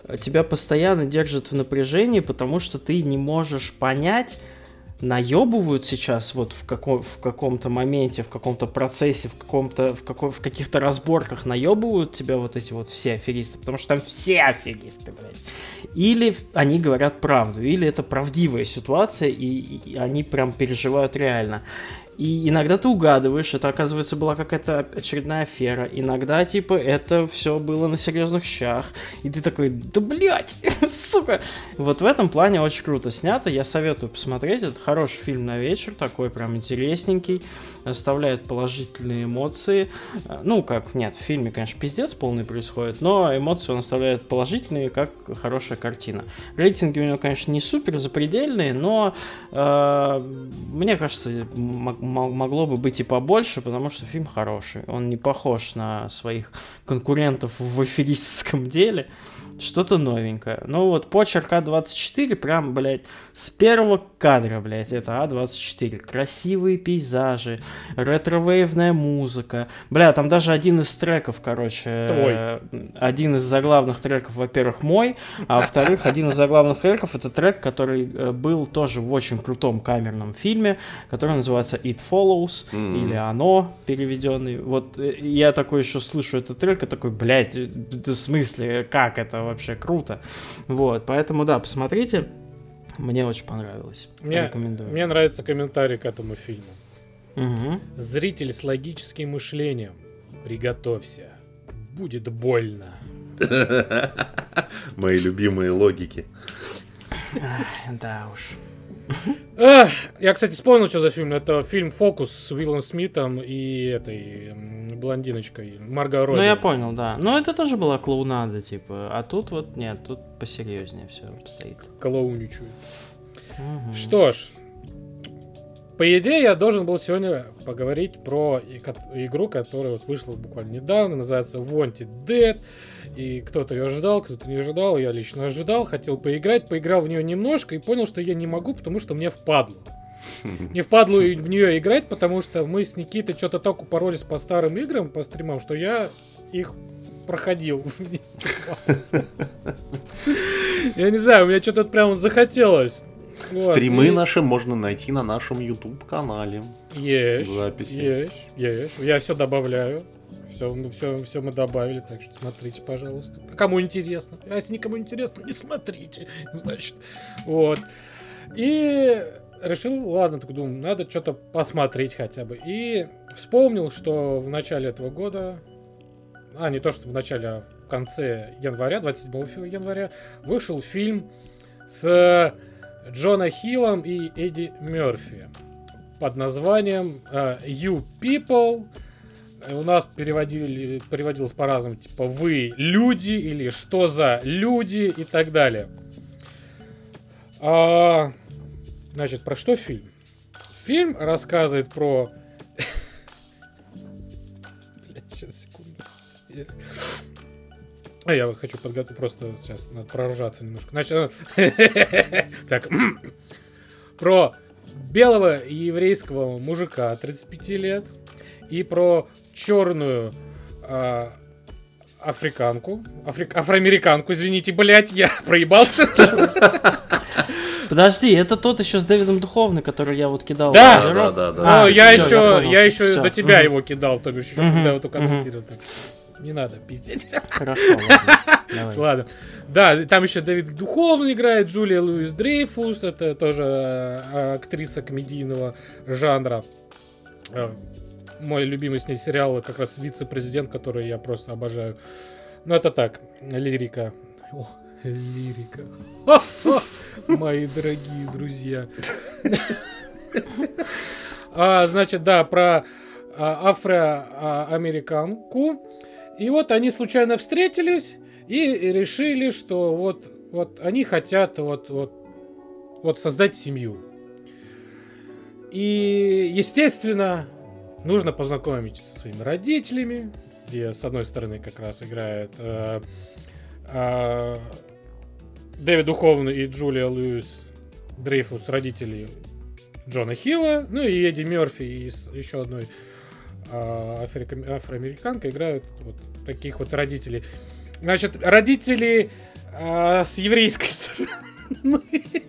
тебя постоянно держит в напряжении, потому что ты не можешь понять, наебывают сейчас вот в, каком, в каком-то моменте, в каком-то процессе, в, каком-то, в, каком, в каких-то разборках наебывают тебя вот эти вот все аферисты, потому что там все аферисты, блядь. Или они говорят правду, или это правдивая ситуация, и, и они прям переживают реально. И иногда ты угадываешь, это, оказывается, была какая-то очередная афера. Иногда, типа, это все было на серьезных щах. И ты такой, да блять, сука. Вот в этом плане очень круто снято. Я советую посмотреть. Это хороший фильм на вечер, такой прям интересненький. Оставляет положительные эмоции. Ну, как, нет, в фильме, конечно, пиздец полный происходит, но эмоции он оставляет положительные, как хорошая картина. Рейтинги у него, конечно, не супер запредельные, но э, мне кажется, могло бы быть и побольше, потому что фильм хороший. Он не похож на своих конкурентов в аферистском деле. Что-то новенькое. Ну вот почерк А двадцать четыре прям, блядь, с первого кадра, блядь, это А двадцать четыре. Красивые пейзажи, ретро-вейвная музыка. Бля, там даже один из треков, короче... Твой. Один из заглавных треков, во-первых, мой, а во-вторых, один из заглавных треков это трек, который был тоже в очень крутом камерном фильме, который называется It Follows, mm-hmm. или Оно, переведенный. Вот я такой еще слышу этот трек и такой, блядь, в смысле, как это вообще круто. Вот, поэтому да, посмотрите. Мне очень понравилось. Мне, рекомендую. Мне нравится комментарий к этому фильму. Угу. Зритель с логическим мышлением, приготовься, будет больно. Мои любимые логики. Да уж. Эх, я, кстати, вспомнил, что за фильм. Это фильм «Фокус» с Уиллом Смитом и этой блондиночкой Марго Робби. Ну, я понял, да. Но это тоже была клоунада, типа. А тут вот нет, тут посерьезнее все обстоит. Клоуничаю. Угу. Что ж, по идее, я должен был сегодня поговорить про игру, которая вот вышла буквально недавно. Называется Wanted Dead. И кто-то ее ожидал, кто-то не ожидал. Я лично ожидал, хотел поиграть. Поиграл в нее немножко и понял, что я не могу, потому что мне впадло. Мне впадло в нее играть, потому что мы с Никитой что-то так упоролись по старым играм, по стримам, что я их проходил. Я не знаю, у меня что-то прям захотелось. Стримы наши можно найти на нашем YouTube-канале. Есть, записи. есть, есть. Я все добавляю. Все, все, все мы добавили, так что смотрите, пожалуйста. Кому интересно. А если никому интересно, не смотрите. Значит, вот. И решил, ладно, так думаю, надо что-то посмотреть хотя бы. И вспомнил, что в начале этого года, а не то, что в начале, а в конце января, двадцать седьмого января, вышел фильм с Джона Хиллом и Эдди Мерфи под названием uh, You People. У нас переводили, переводилось по-разному, типа «Вы люди» или «Что за люди» и так далее. А, значит, про что фильм? Фильм рассказывает про... Сейчас, секунду. А я вот хочу подготовить, просто сейчас надо проржаться немножко. Значит, так, про белого еврейского мужика тридцать пяти лет и про черную э, африканку, афри... афроамериканку, извините, блять, я проебался. Подожди, это тот еще с Дэвидом Духовным, который я вот кидал. Да, да, да, да, да. А, а, я всё, еще, я, понял, я еще всё. до тебя Угу. его кидал, то бишь, еще Угу. когда его только Угу. анонсировал. Так. Не надо пиздеть. Хорошо, ладно. Давай. Ладно. Да, там еще Дэвид Духовный играет, Джулия Луис Дрейфус, это тоже э, актриса комедийного жанра. Э, мой любимый с ней сериал как раз «Вице-президент», который я просто обожаю. Ну, это так, лирика. О, лирика. О, мои дорогие друзья. А, значит, да, про а, афроамериканку. И вот они случайно встретились и решили, что вот, вот они хотят вот, вот, вот создать семью. И, естественно, нужно познакомить со своими родителями, где с одной стороны как раз играет э, э, Дэвид Духовный и Джулия Луис Дрейфус, родители Джона Хилла, ну и Эдди Мерфи и еще одной э, афри- афроамериканкой играют вот таких вот родителей. Значит, родители э, с еврейской стороны.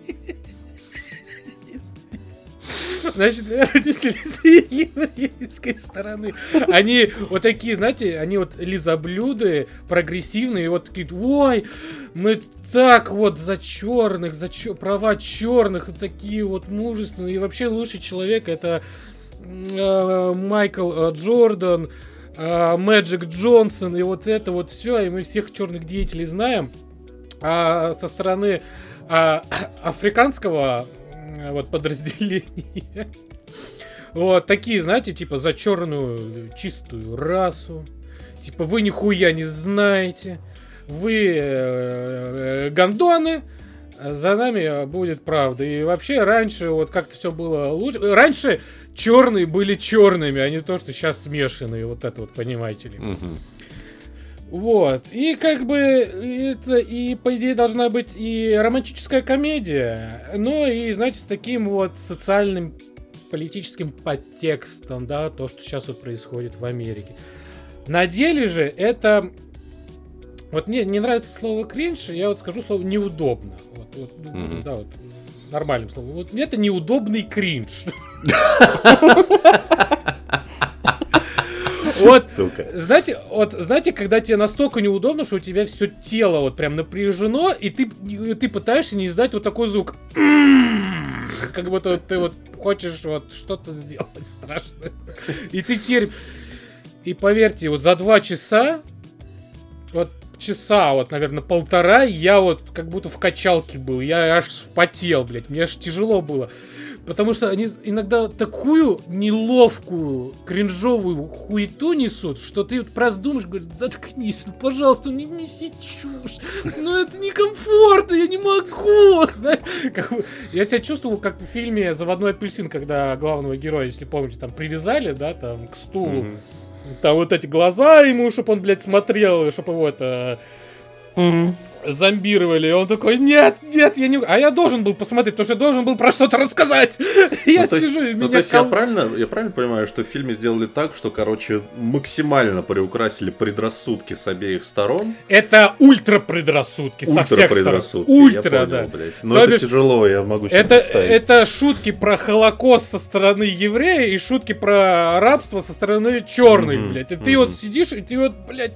Значит, родители с еврейской стороны. Они вот такие, знаете, они вот лизоблюды, прогрессивные, вот такие, ой, мы так вот за черных, за чер... права черных, вот такие вот мужественные. И вообще лучший человек это э, Майкл э, Джордан, э, Мэджик Джонсон, и вот это вот все, и мы всех черных деятелей знаем. А со стороны э, африканского вот подразделения. Вот такие, знаете, типа за черную чистую расу. Типа вы нихуя не знаете. Вы э, гондоны. За нами будет правда. И вообще раньше вот как-то все было лучше. Раньше черные были черными, а не то, что сейчас смешанные. Вот это вот, понимаете ли. Угу. Вот. И как бы это и, по идее, должна быть и романтическая комедия, но и, знаете, с таким вот социальным политическим подтекстом, да, то, что сейчас вот происходит в Америке. На деле же это... Вот мне не нравится слово кринж, я вот скажу слово неудобно. Вот, вот, mm-hmm. Да, вот нормальным словом. Вот мне это неудобный кринж. Вот, знаете, вот, знаете, когда тебе настолько неудобно, что у тебя все тело вот прям напряжено, и ты, и ты пытаешься не издать вот такой звук. Как будто вот, ты вот хочешь вот что-то сделать страшное. И ты терпишь. И поверьте, вот за два часа, вот часа, вот, наверное, полтора, я вот как будто в качалке был. Я аж вспотел, блядь, мне аж тяжело было. Потому что они иногда такую неловкую, кринжовую хуету несут, что ты вот просто думаешь, говорит, заткнись, ну, пожалуйста, не неси чушь. Ну, это некомфортно, я не могу. Знаешь, как бы, я себя чувствовал, как в фильме «Заводной апельсин», когда главного героя, если помните, там привязали, да, там, к стулу. Mm-hmm. Там вот эти глаза ему, чтобы он, блядь, смотрел, чтобы его это... Mm-hmm. Зомбировали, и он такой, нет, нет, я не... А я должен был посмотреть, потому что я должен был про что-то рассказать. Я ну, сижу, есть, и ну, меня... То есть я правильно, я правильно понимаю, что в фильме сделали так, что, короче, максимально приукрасили предрассудки с обеих сторон? Это ультра-предрассудки со всех сторон. Ультра, я понял, да. Блядь. Но то это бишь, тяжело, я могу себе это, представить. Это шутки про Холокост со стороны еврея и шутки про рабство со стороны черных, mm-hmm. блядь. И mm-hmm. ты вот сидишь, и ты вот, блядь...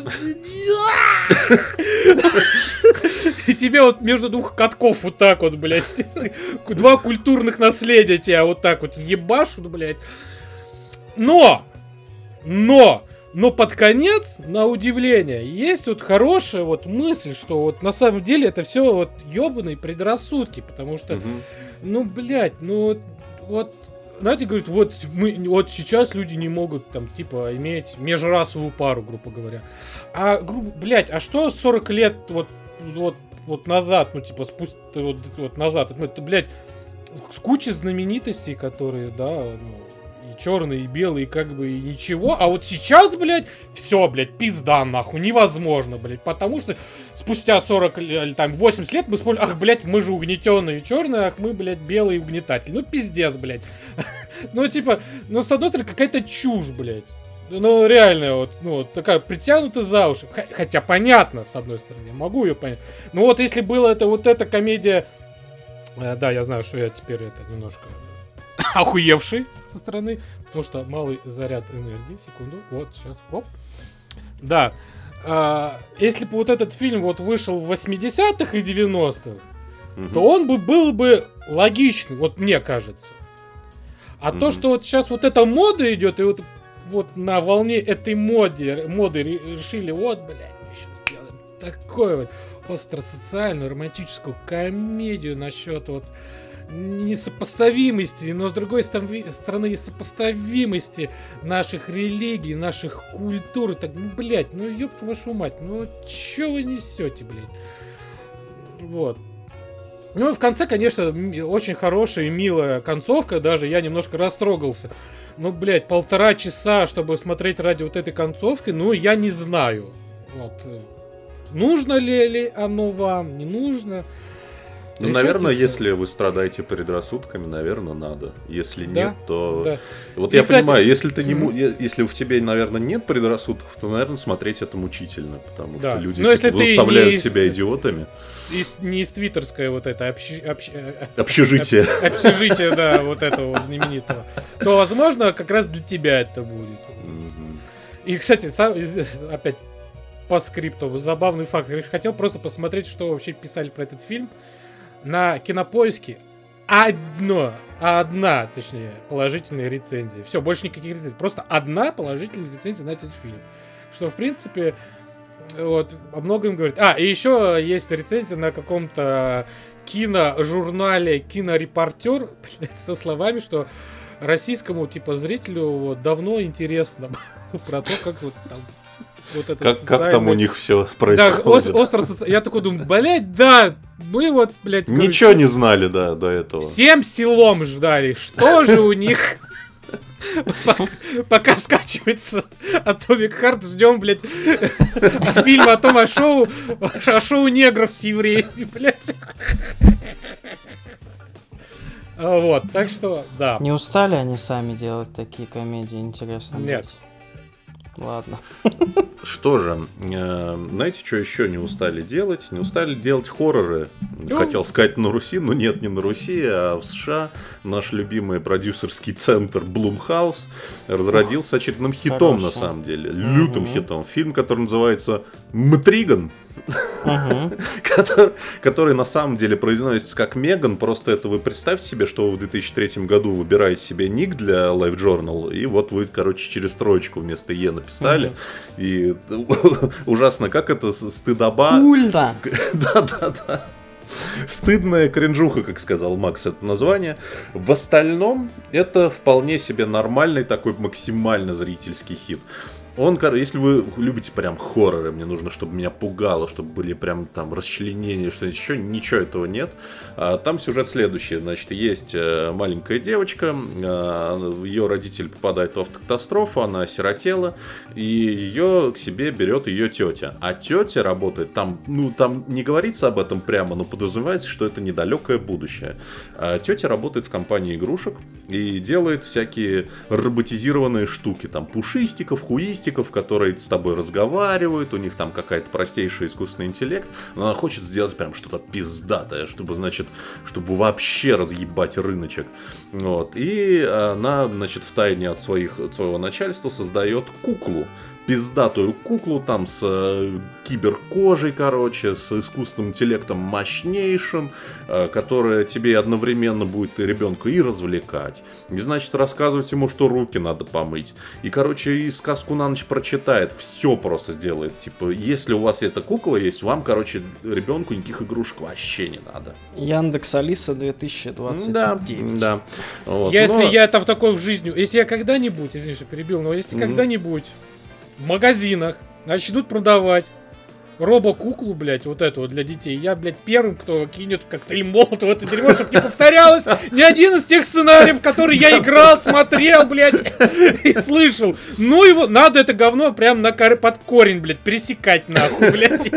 И тебе вот между двух катков вот так вот, блядь, два культурных наследия тебя вот так вот ебашут, блядь. Но, но, но под конец, на удивление, есть вот хорошая вот мысль, что вот на самом деле это все вот ебаные предрассудки, потому что, угу. ну, блядь, ну, вот, знаете, говорят, вот, мы, вот сейчас люди не могут, там, типа, иметь межрасовую пару, грубо говоря. А, грубо, блядь, а что сорок лет вот, вот, вот назад, ну, типа, спустя, вот, вот назад, это, это, блядь, с кучей знаменитостей, которые, да, ну, и черные, и белые, как бы, и ничего. А вот сейчас, блядь, все, блядь, пизда, нахуй, невозможно, блядь, потому что спустя сорок, или там, восемьдесят лет мы вспомнили, ах, блядь, мы же угнетенные черные, ах, мы, блядь, белые угнетатели. Ну, пиздец, блядь. Ну, типа, ну, с одной стороны, какая-то чушь, блядь. Ну, реально, вот, ну, вот такая притянута за уши. Хотя понятно, с одной стороны, я могу ее понять. Ну, вот если было это вот эта комедия... Э, да, я знаю, что я теперь это немножко охуевший со стороны, потому что малый заряд энергии. Секунду, вот, сейчас, оп. Да. Э, если бы вот этот фильм вот вышел в восьмидесятых и девяностых, mm-hmm. то он бы был бы логичный, вот мне кажется. А mm-hmm. то, что вот сейчас вот эта мода идет, и вот вот на волне этой моды, моды решили, вот, блядь, мы сейчас сделаем такую вот остро-социальную романтическую комедию насчет вот несопоставимости, но с другой стороны несопоставимости наших религий, наших культур. Так, ну, блядь, ну ёб вашу мать, ну чё вы несете, блядь? Вот. Ну и в конце, конечно, очень хорошая и милая концовка, даже я немножко растрогался. Ну, блядь, полтора часа, чтобы смотреть ради вот этой концовки, ну, я не знаю. Вот. Нужно ли, ли оно вам, не нужно. Ну, наверное, если вы страдаете предрассудками, наверное, надо. Если Да, нет, то... да. Вот И, я кстати, понимаю, если ты не му- мгм. е- если в тебе, наверное, нет предрассудков, то, наверное, смотреть это мучительно, потому Да. что люди Но если типа, ты выставляют не из- себя идиотами. Из- не из твиттерской вот это общи- общ- э, э, Общежитие. об- общежитие, да, вот этого вот знаменитого, то, возможно, как раз для тебя это будет. Мгм. И, кстати, сам, из- опять по скрипту, забавный факт. Я хотел просто посмотреть, что вообще писали про этот фильм. На Кинопоиске одно, одна, точнее, положительная рецензия. Все, больше никаких рецензий. Просто одна положительная рецензия на этот фильм. Что, в принципе, вот, о многом говорит. А, и еще есть рецензия на каком-то киножурнале «Кинорепортер», блядь, со словами, что российскому, типа, зрителю вот, давно интересно про то, как вот там вот это Как, как там у них все да, происходит. ос- остро соци- я такой думаю, блядь, да, мы вот, блядь, короче, Ничего не знали, да, до этого. всем селом ждали, что же у них пока скачивается Atomic Heart, ждем, блядь, фильм о том, о шоу, о шоу негров с евреями, блядь. Вот, так что, да. Не устали они сами делать такие комедии, интересно? Нет. блядь? Ладно. Что же, э, знаете, что еще не устали делать? Не устали делать хорроры. Хотел сказать на Руси, но нет, не на Руси, а в США. Наш любимый продюсерский центр Blumhouse разродился очередным хитом, хорошо. на самом деле. Лютым Мгм. хитом. Фильм, который называется «Матриган». Мгм. который, который на самом деле произносится как Меган, просто это вы представьте себе, что вы в две тысячи третьем году выбираете себе ник для LiveJournal, и вот вы, короче, через троечку вместо Е написали, и ужасно, как это с- стыдоба. Кульно. Да-да-да. Стыдная кринжуха, как сказал Макс, это название. В остальном, это вполне себе нормальный такой максимально зрительский хит. Он, кор- если вы любите прям хорроры, мне нужно, чтобы меня пугало, чтобы были прям там расчленения, что-нибудь еще, ничего этого нет. А, там сюжет следующий, значит, есть э, маленькая девочка, э, ее родитель попадает в автокатастрофу, она осиротела, и ее к себе берет ее тетя. А тетя работает там, ну там не говорится об этом прямо, но подразумевается, что это недалекое будущее. А тетя работает в компании игрушек и делает всякие роботизированные штуки, там пушистиков, хуистиков, которые с тобой разговаривают, у них там какая-то простейший искусственный интеллект, но она хочет сделать прям что-то пиздатое, чтобы, значит, чтобы вообще разъебать рыночек. Вот. И она, значит, втайне от, своих, от своего начальства создает куклу, пиздатую куклу там с э, киберкожей, короче, с искусственным интеллектом мощнейшим, э, которая тебе одновременно будет и ребенка и развлекать. И, значит, рассказывать ему, что руки надо помыть. И, короче, и сказку на ночь прочитает, все просто сделает. Типа, если у вас эта кукла есть, вам, короче, ребенку никаких игрушек вообще не надо. Яндекс Алиса две тысячи двадцать девять. Да, да. Вот. Если Но- я это в такой в жизни, если я когда-нибудь, извини, что перебил, но если Мгм. когда-нибудь в магазинах начнут продавать робо-куклу, блядь, вот эту вот для детей, я, блядь, первым, кто кинет коктейль молотов в это дерьмо, чтобы не повторялось ни один из тех сценариев, в которые я играл, смотрел, блядь, и слышал. Ну его, надо это говно прям на кор- под корень, блядь, пересекать нахуй, блядь.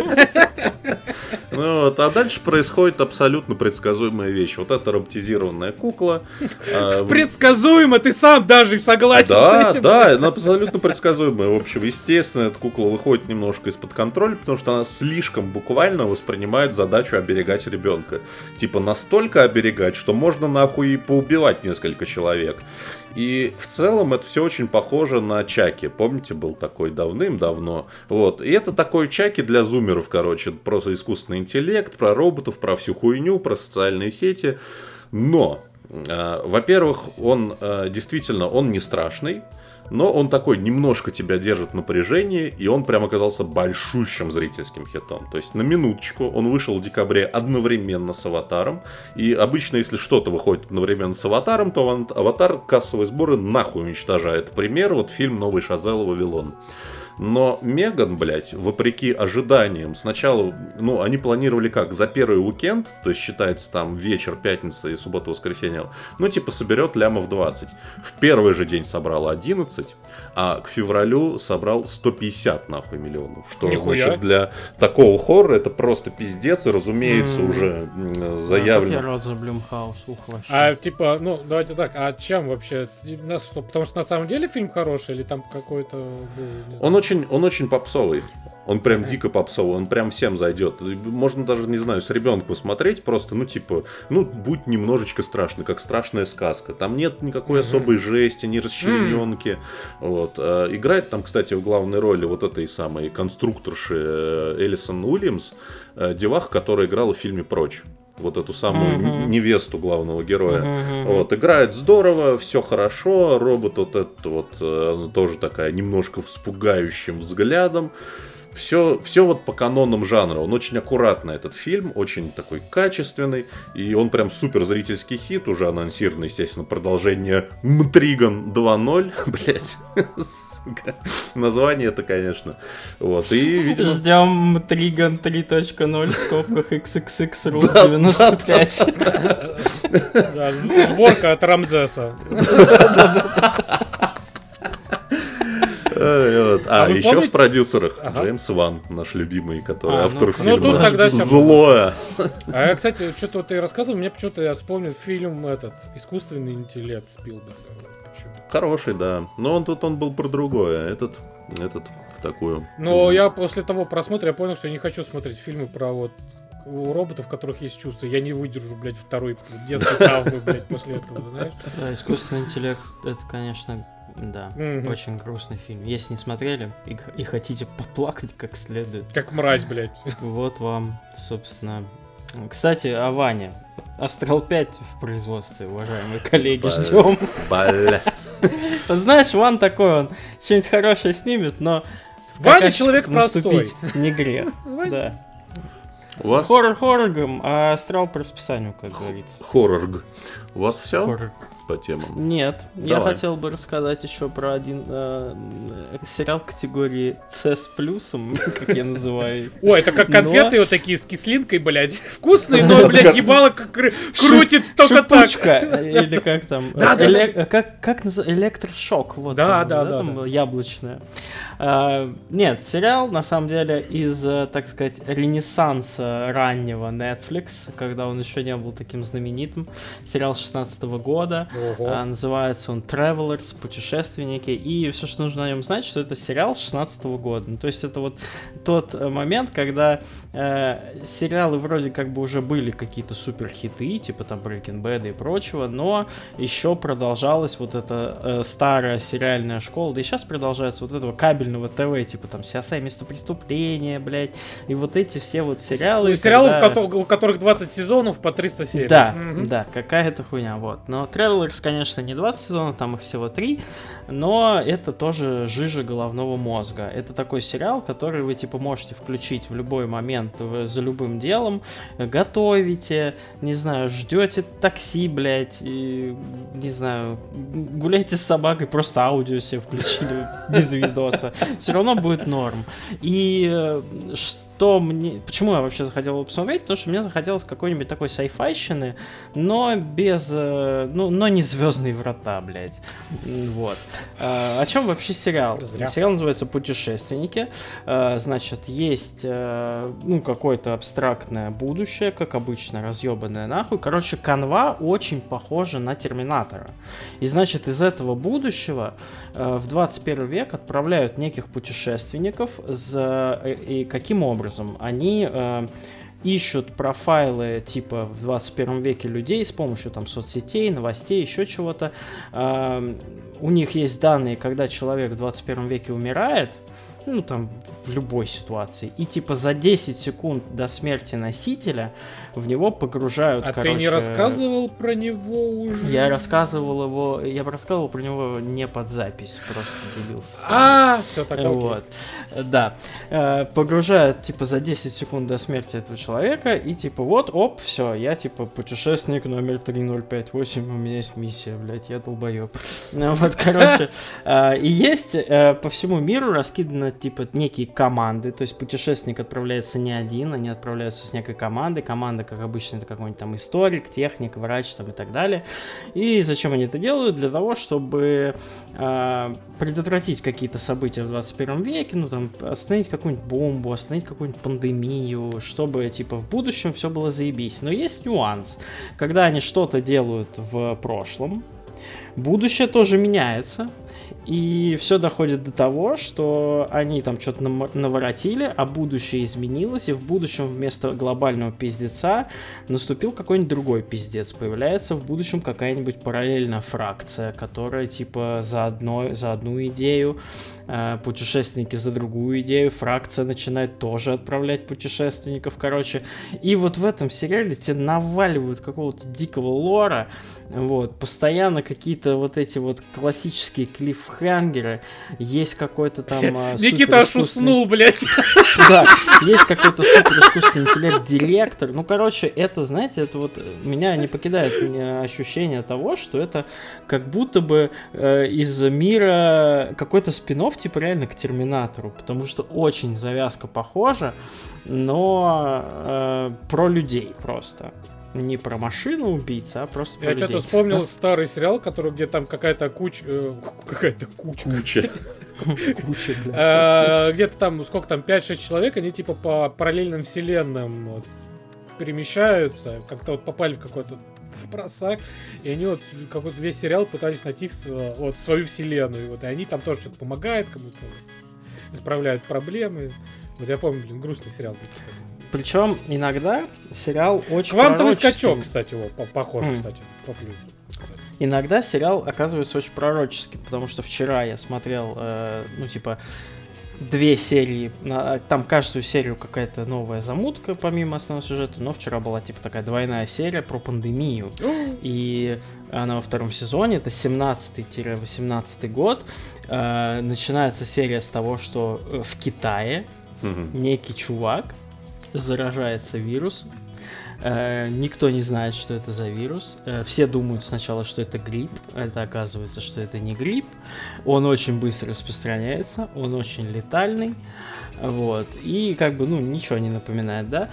Ну, вот, а дальше происходит абсолютно предсказуемая вещь. Вот эта роботизированная кукла. а, Предсказуемо, ты сам даже согласен Да, с этим. да, она абсолютно предсказуемая. В общем, естественно, эта кукла выходит немножко из-под контроля, потому что она слишком буквально воспринимает задачу оберегать ребенка. Типа настолько оберегать, что можно нахуй и поубивать несколько человек. И в целом это все очень похоже на Чаки. Помните, был такой давным-давно. Вот. И это такой Чаки для зумеров, короче. Просто искусственный интеллект, про роботов, про всю хуйню, про социальные сети. Но, э, во-первых, он э, действительно, он не страшный. Но он такой немножко тебя держит в напряжении, и он прям оказался большущим зрительским хитом. То есть на минуточку он вышел в декабре одновременно с «Аватаром». И обычно, если что-то выходит одновременно с «Аватаром», то «Аватар» кассовые сборы нахуй уничтожает. Пример, вот фильм «Новый Шазел и Вавилон». Но Меган, блядь, вопреки ожиданиям, сначала, ну, они планировали как, за первый уикенд, то есть считается там вечер, пятница и суббота-воскресенье, ну, типа, соберет лямов двадцать. В первый же день собрал одиннадцать, а к февралю собрал сто пятьдесят, нахуй, миллионов. Что, Нихуя. значит, для такого хоррора это просто пиздец, и, разумеется, Mm. уже м, Да, заявлено. как я рад за Блюмхаус, ух, вообще. А типа, ну, давайте так, а чем вообще? И нас что, потому что на самом деле фильм хороший, или там какой-то был, не знаю. Он очень, он очень попсовый. Он прям дико попсовый, он прям всем зайдет. Можно даже, не знаю, с ребенком посмотреть, просто, ну, типа, ну, будь немножечко страшно, как страшная сказка. Там нет никакой особой жести, ни расчлененки. Вот. А, играет там, кстати, в главной роли вот этой самой конструкторши э, Элисон Уильямс, э, деваха, которая играла в фильме «Прочь». Вот эту самую Мгм. невесту главного героя. Мгм. Вот, играет здорово, все хорошо. Робот вот этот вот э, она тоже такая немножко с пугающим взглядом. Все, все вот по канонам жанра. Он очень аккуратный, этот фильм, очень такой качественный. И он прям супер зрительский хит. Уже анонсировано, естественно, продолжение Мтриган два ноль. Блять. Сука. Название это, конечно. Вот. И, видимо... Ждем Триган три точка ноль в скобках икс икс икс Рус девяносто пять. Да, с- сборка от Рамзеса. Э, вот. А, А вы еще помните- в продюсерах Ага. Джеймс Ван, наш любимый, который А, ну, автор ну, фильма тут тогда всё- «Злое». А я, кстати, что-то вот ты рассказывал, мне почему-то я вспомнил фильм этот «Искусственный интеллект» Спилберга. Почему? Хороший, да. Но он тут он был про другое. Этот, этот в такую. Но я после того просмотра я понял, что я не хочу смотреть фильмы про вот у роботов, у которых есть чувства. Я не выдержу, блядь, второй детской травмы, блядь, после этого, знаешь? Да, искусственный интеллект, это, конечно, да, Мгм. очень грустный фильм. Если не смотрели и, и хотите поплакать как следует, Как мразь, блядь. вот вам, собственно. Кстати, о Ване. Астрал пять в производстве, уважаемые коллеги, Бля. ждем. Бля. Знаешь, Ван такой, он что-нибудь хорошее снимет, но в Ваня какашечку человек наступить не грех. Ваня- Да. У вас Хоррор хоррором, а астрал по расписанию, как говорится. хоррор. У вас все Хоррор. по темам? Нет, я Давай. хотел бы рассказать еще про один э, сериал категории С с плюсом, как я называю. их. Ой, это как Но- конфеты вот такие с кислинкой, блядь. Вкусные, но, блядь, ебало как кры- крутит только так. Шипучка, или как там, Да, да, эле- как как называется, электрошок, вот, Да, по-моему, да, да, там да. яблочная. А, Нет, сериал на самом деле из, э, так сказать, ренессанса раннего Netflix, когда он еще не был таким знаменитым. Сериал шестнадцатого года. Ого. А, Называется он Travelers, путешественники. И все, что нужно о нем знать, что это сериал шестнадцатого года. Ну, то есть это вот тот э, момент, когда э, сериалы вроде как бы уже были какие-то супер хиты, типа там Breaking Bad и прочего, но еще продолжалась вот эта э, старая сериальная школа, да и сейчас продолжается вот этого кабельного ТВ, типа там си эс ай Место преступления, блядь, и вот эти все вот сериалы. Ну, сериалы, когда- в кото- у которых двадцать сезонов по триста серий. Да, Мгм. да, какая-то хуйня, вот. Но Travelers, конечно, не двадцать сезонов, там их всего три, но это тоже жижа головного мозга. Это такой сериал, который вы, типа, можете включить в любой момент в- за любым делом, готовите, не знаю, ждете такси, блядь, и, не знаю, гуляйте с собакой, просто аудио себе включили без видоса. Все равно будет норм. И э, что мне... Почему я вообще захотел его посмотреть? Потому что мне захотелось какой-нибудь такой сайфайщины, но без... э, Ну, но не «Звездные врата», блядь. М, Вот. А, О чем вообще сериал? Зря. Сериал называется «Путешественники». А, Значит, есть, э, ну, какое-то абстрактное будущее, как обычно, разъебанное нахуй. Короче, канва очень похожа на «Терминатора». И, значит, из этого будущего э, в двадцать первый век отправляют неких путешественников, за, э, и каким образом? Они э, ищут профайлы типа в двадцать первом веке людей с помощью там соцсетей, новостей, еще чего-то. Э, у них есть данные, когда человек в двадцать первом веке умирает, ну там в любой ситуации, и типа за десять секунд до смерти носителя в него погружают, А короче... ты не рассказывал про него уже? Я рассказывал его, я бы рассказывал про него не под запись, просто делился с вами. А, все так, окей. Вот, да. Э, Погружают, типа, за десять секунд до смерти этого человека, и, типа, вот, оп, все, я, типа, путешественник номер три ноль пять восемь, у меня есть миссия, блядь, я долбоеб. Ну, вот Вот, короче. И есть по всему миру раскиданы, типа, некие команды. То есть путешественник отправляется не один, они отправляются с некой командой. Команда, как обычно, это какой-нибудь там историк, техник, врач там и так далее. И зачем они это делают? Для того, чтобы предотвратить какие-то события в двадцать первом веке, ну, там, остановить какую-нибудь бомбу, остановить какую-нибудь пандемию, чтобы, типа, в будущем все было заебись. Но есть нюанс. Когда они что-то делают в прошлом, будущее тоже меняется, и все доходит до того, что они там что-то наворотили, а будущее изменилось, и в будущем вместо глобального пиздеца наступил какой-нибудь другой пиздец. Появляется в будущем какая-нибудь параллельная фракция, которая типа за, одно, за одну идею, э, путешественники за другую идею, фракция начинает тоже отправлять путешественников, короче. И вот в этом сериале тебе наваливают какого-то дикого лора, вот, постоянно какие-то вот эти вот классические клиффхенгеры, есть какой-то там... Никита аж уснул, блядь. Да, есть какой-то супер искусственный интеллект-директор. Ну, короче, это, знаете, это вот меня не покидает меня ощущение того, что это как будто бы э, из мира какой-то спин-офф, типа реально к Терминатору, потому что очень завязка похожа, но э, про людей просто. Не про машину убийца, а просто про Я людей. что-то вспомнил Нас... старый сериал, который где там какая-то куча... Э, какая-то куча. Куча. Куча, бля. Где-то там, сколько там, пять-шесть человек, они типа по параллельным вселенным перемещаются, как-то вот попали в какой-то в просак, и они вот какой-то весь сериал пытались найти вот свою вселенную, вот, и они там тоже что-то помогают, как будто исправляют проблемы. Вот я помню, блин, грустный сериал. Причем иногда сериал очень Квантовый пророческим. скачок, кстати, его, похож, Mm. кстати, по плюсу. Иногда сериал оказывается очень пророческим, потому что вчера я смотрел, э, ну, типа, две серии, там каждую серию какая-то новая замутка, помимо основного сюжета, но вчера была, типа, такая двойная серия про пандемию, mm. и она во втором сезоне, это семнадцатый-восемнадцатый год, э, начинается серия с того, что в Китае mm-hmm. некий чувак заражается вирусом. Э, никто не знает, что это за вирус. Э, все думают сначала, что это грипп. Это оказывается, что это не грипп. Он очень быстро распространяется, он очень летальный. Вот. И как бы, ну, ничего не напоминает, да?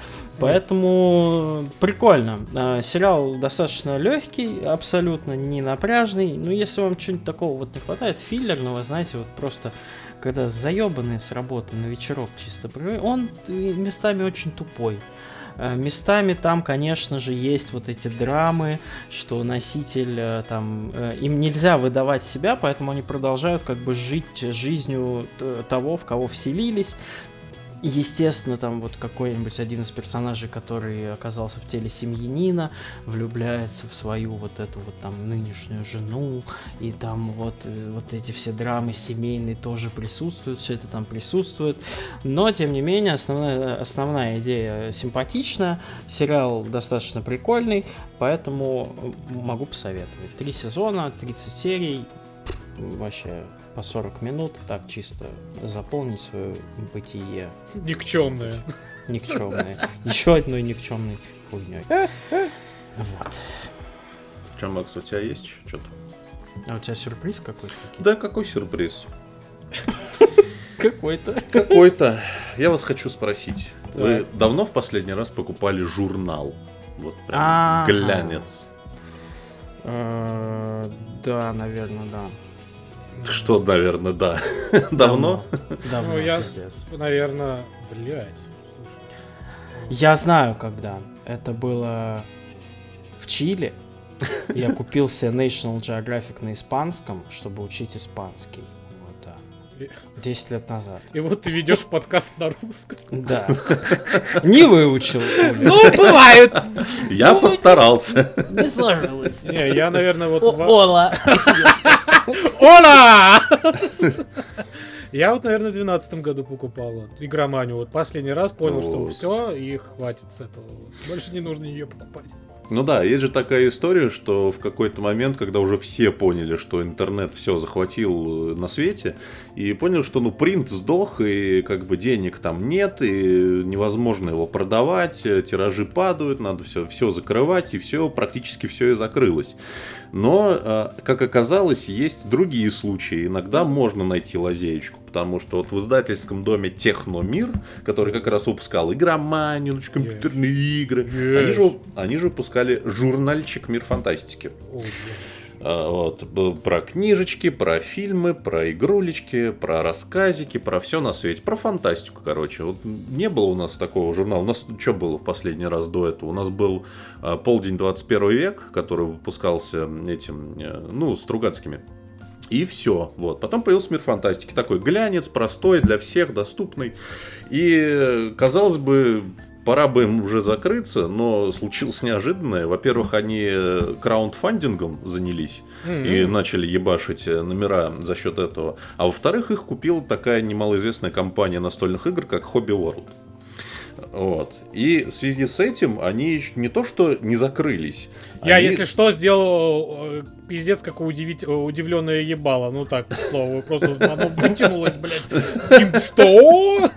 Поэтому прикольно. Э, сериал достаточно легкий, абсолютно не напряжный. Но если вам чего-нибудь такого вот не хватает, филлерного, знаете, вот просто когда заебанный с работы на вечерок чисто, он местами очень тупой. Местами там, конечно же, есть вот эти драмы, что носитель там, им нельзя выдавать себя, поэтому они продолжают как бы жить жизнью того, в кого вселились. Естественно, там вот какой-нибудь один из персонажей, который оказался в теле семьянина, влюбляется в свою вот эту вот там нынешнюю жену, и там вот, вот эти все драмы семейные тоже присутствуют, все это там присутствует, но, тем не менее, основная, основная идея симпатичная, сериал достаточно прикольный, поэтому могу посоветовать. Три сезона, тридцать серий, вообще по сорок минут, так чисто заполнить свое бытие. Никчемное. Никчемное. Еще одной никчемной хуйней. Вот. Че, Макс, у тебя есть что-то? А у тебя сюрприз какой-то? Да, какой сюрприз? Какой-то. Какой-то. Я вас хочу спросить. Вы давно в последний раз покупали журнал? Вот прям глянец. Да, наверное, да. Что, наверное, да. Давно? Давно, ну, я, пиздец. наверное, блядь. Слушай. Я знаю, когда. Это было в Чили. Я купил себе National Geographic на испанском, чтобы учить испанский. Вот, да. Десять лет назад. И вот ты ведешь подкаст на русском. Да. Не выучил. Ну, бывает. Я постарался. Не сложилось. Не, я, наверное, вот... Ола! Ола! Я вот, наверное, в двенадцатом году покупал вот, игроманию. Вот последний раз понял, что Вот. все, и хватит с этого. Больше не нужно ее покупать. Ну да, есть же такая история, что в какой-то момент, когда уже все поняли, что интернет все захватил на свете, и поняли, что ну принт сдох, и как бы денег там нет, и невозможно его продавать, тиражи падают, надо все, все закрывать, и все, практически все и закрылось. Но, как оказалось, есть другие случаи. Иногда можно найти лазеечку, потому что вот в издательском доме Техномир, который как раз выпускал игроманию, ну, компьютерные yes. игры, yes. Они, же, они же выпускали журнальчик «Мир фантастики». Oh, yes. Вот, про книжечки, про фильмы, про игрулечки, про рассказики, про все на свете, про фантастику, короче. Вот не было у нас такого журнала. У нас что было в последний раз до этого? У нас был «Полдень двадцать первый век», который выпускался этим, ну, Стругацкими. И все. Вот. Потом появился «Мир фантастики». Такой глянец, простой, для всех, доступный. И, казалось бы, пора бы им уже закрыться, но случилось неожиданное. Во-первых, они краундфандингом занялись mm-hmm. и начали ебашить номера за счет этого. А во-вторых, их купила такая немалоизвестная компания настольных игр, как Hobby World. Вот. И в связи с этим они не то что не закрылись. Я, они... если что, сделал пиздец, какое удивить... удивленное ебало. Ну так, к слову, просто оно вытянулось, блядь. Что?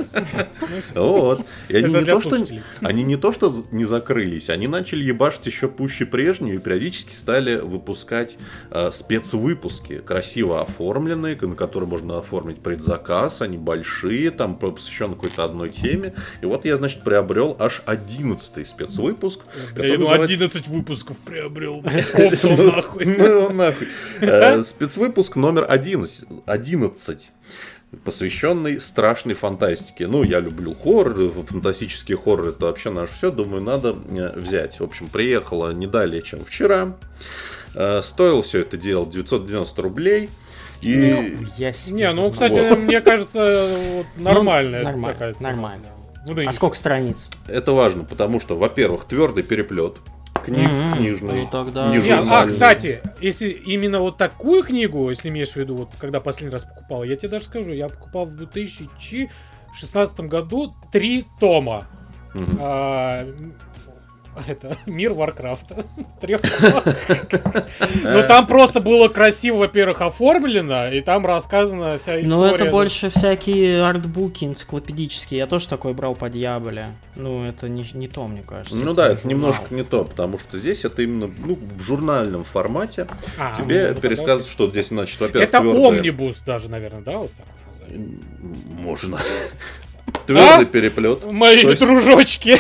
Вот. И они не то, что... они не то что не закрылись, они начали ебашить еще пуще прежнего и периодически стали выпускать э, спецвыпуски, красиво оформленные, на которые можно оформить предзаказ. Они большие, там посвящены какой-то одной теме. И вот я, значит, приобрел аж одиннадцатый спецвыпуск. Бля, ну называется... одиннадцать выпусков приобрел. Оптом нахуй. Ну нахуй. Спецвыпуск номер одиннадцать. Посвященный страшной фантастике. Ну, я люблю хоррор, фантастические хорроры, это вообще наше все. Думаю, надо взять. В общем, приехала не далее, чем вчера. Стоило все это дело девятьсот девяносто рублей. И... Ну, я не, ну, кстати, вот. Мне кажется, вот, нормальная. Ну, нормально, нормально. А сколько страниц? Это важно, потому что, во-первых, твердый переплет. Книг, mm-hmm. книжный, ну, тогда... не Нет, а, кстати, если именно вот такую книгу, если имеешь в виду, вот когда последний раз покупал, я тебе даже скажу, я покупал в две тысячи шестнадцатом году три тома. Mm-hmm. А, это «Мир Варкрафта». Трех томах. Но там просто было красиво, во-первых, оформлено, и там рассказана вся история. Ну, это больше всякие артбуки энциклопедические. Я тоже такой брал по Дьяволе. Ну, это не, не то, мне кажется. Ну да, это немножко не то, потому что здесь это именно ну, в журнальном формате. А, тебе ну, пересказывают, что что здесь, значит, во-первых, это твердое... омнибус даже, наверное, да? Вот так можно. Твердый а? переплет. Мои сто... дружочки.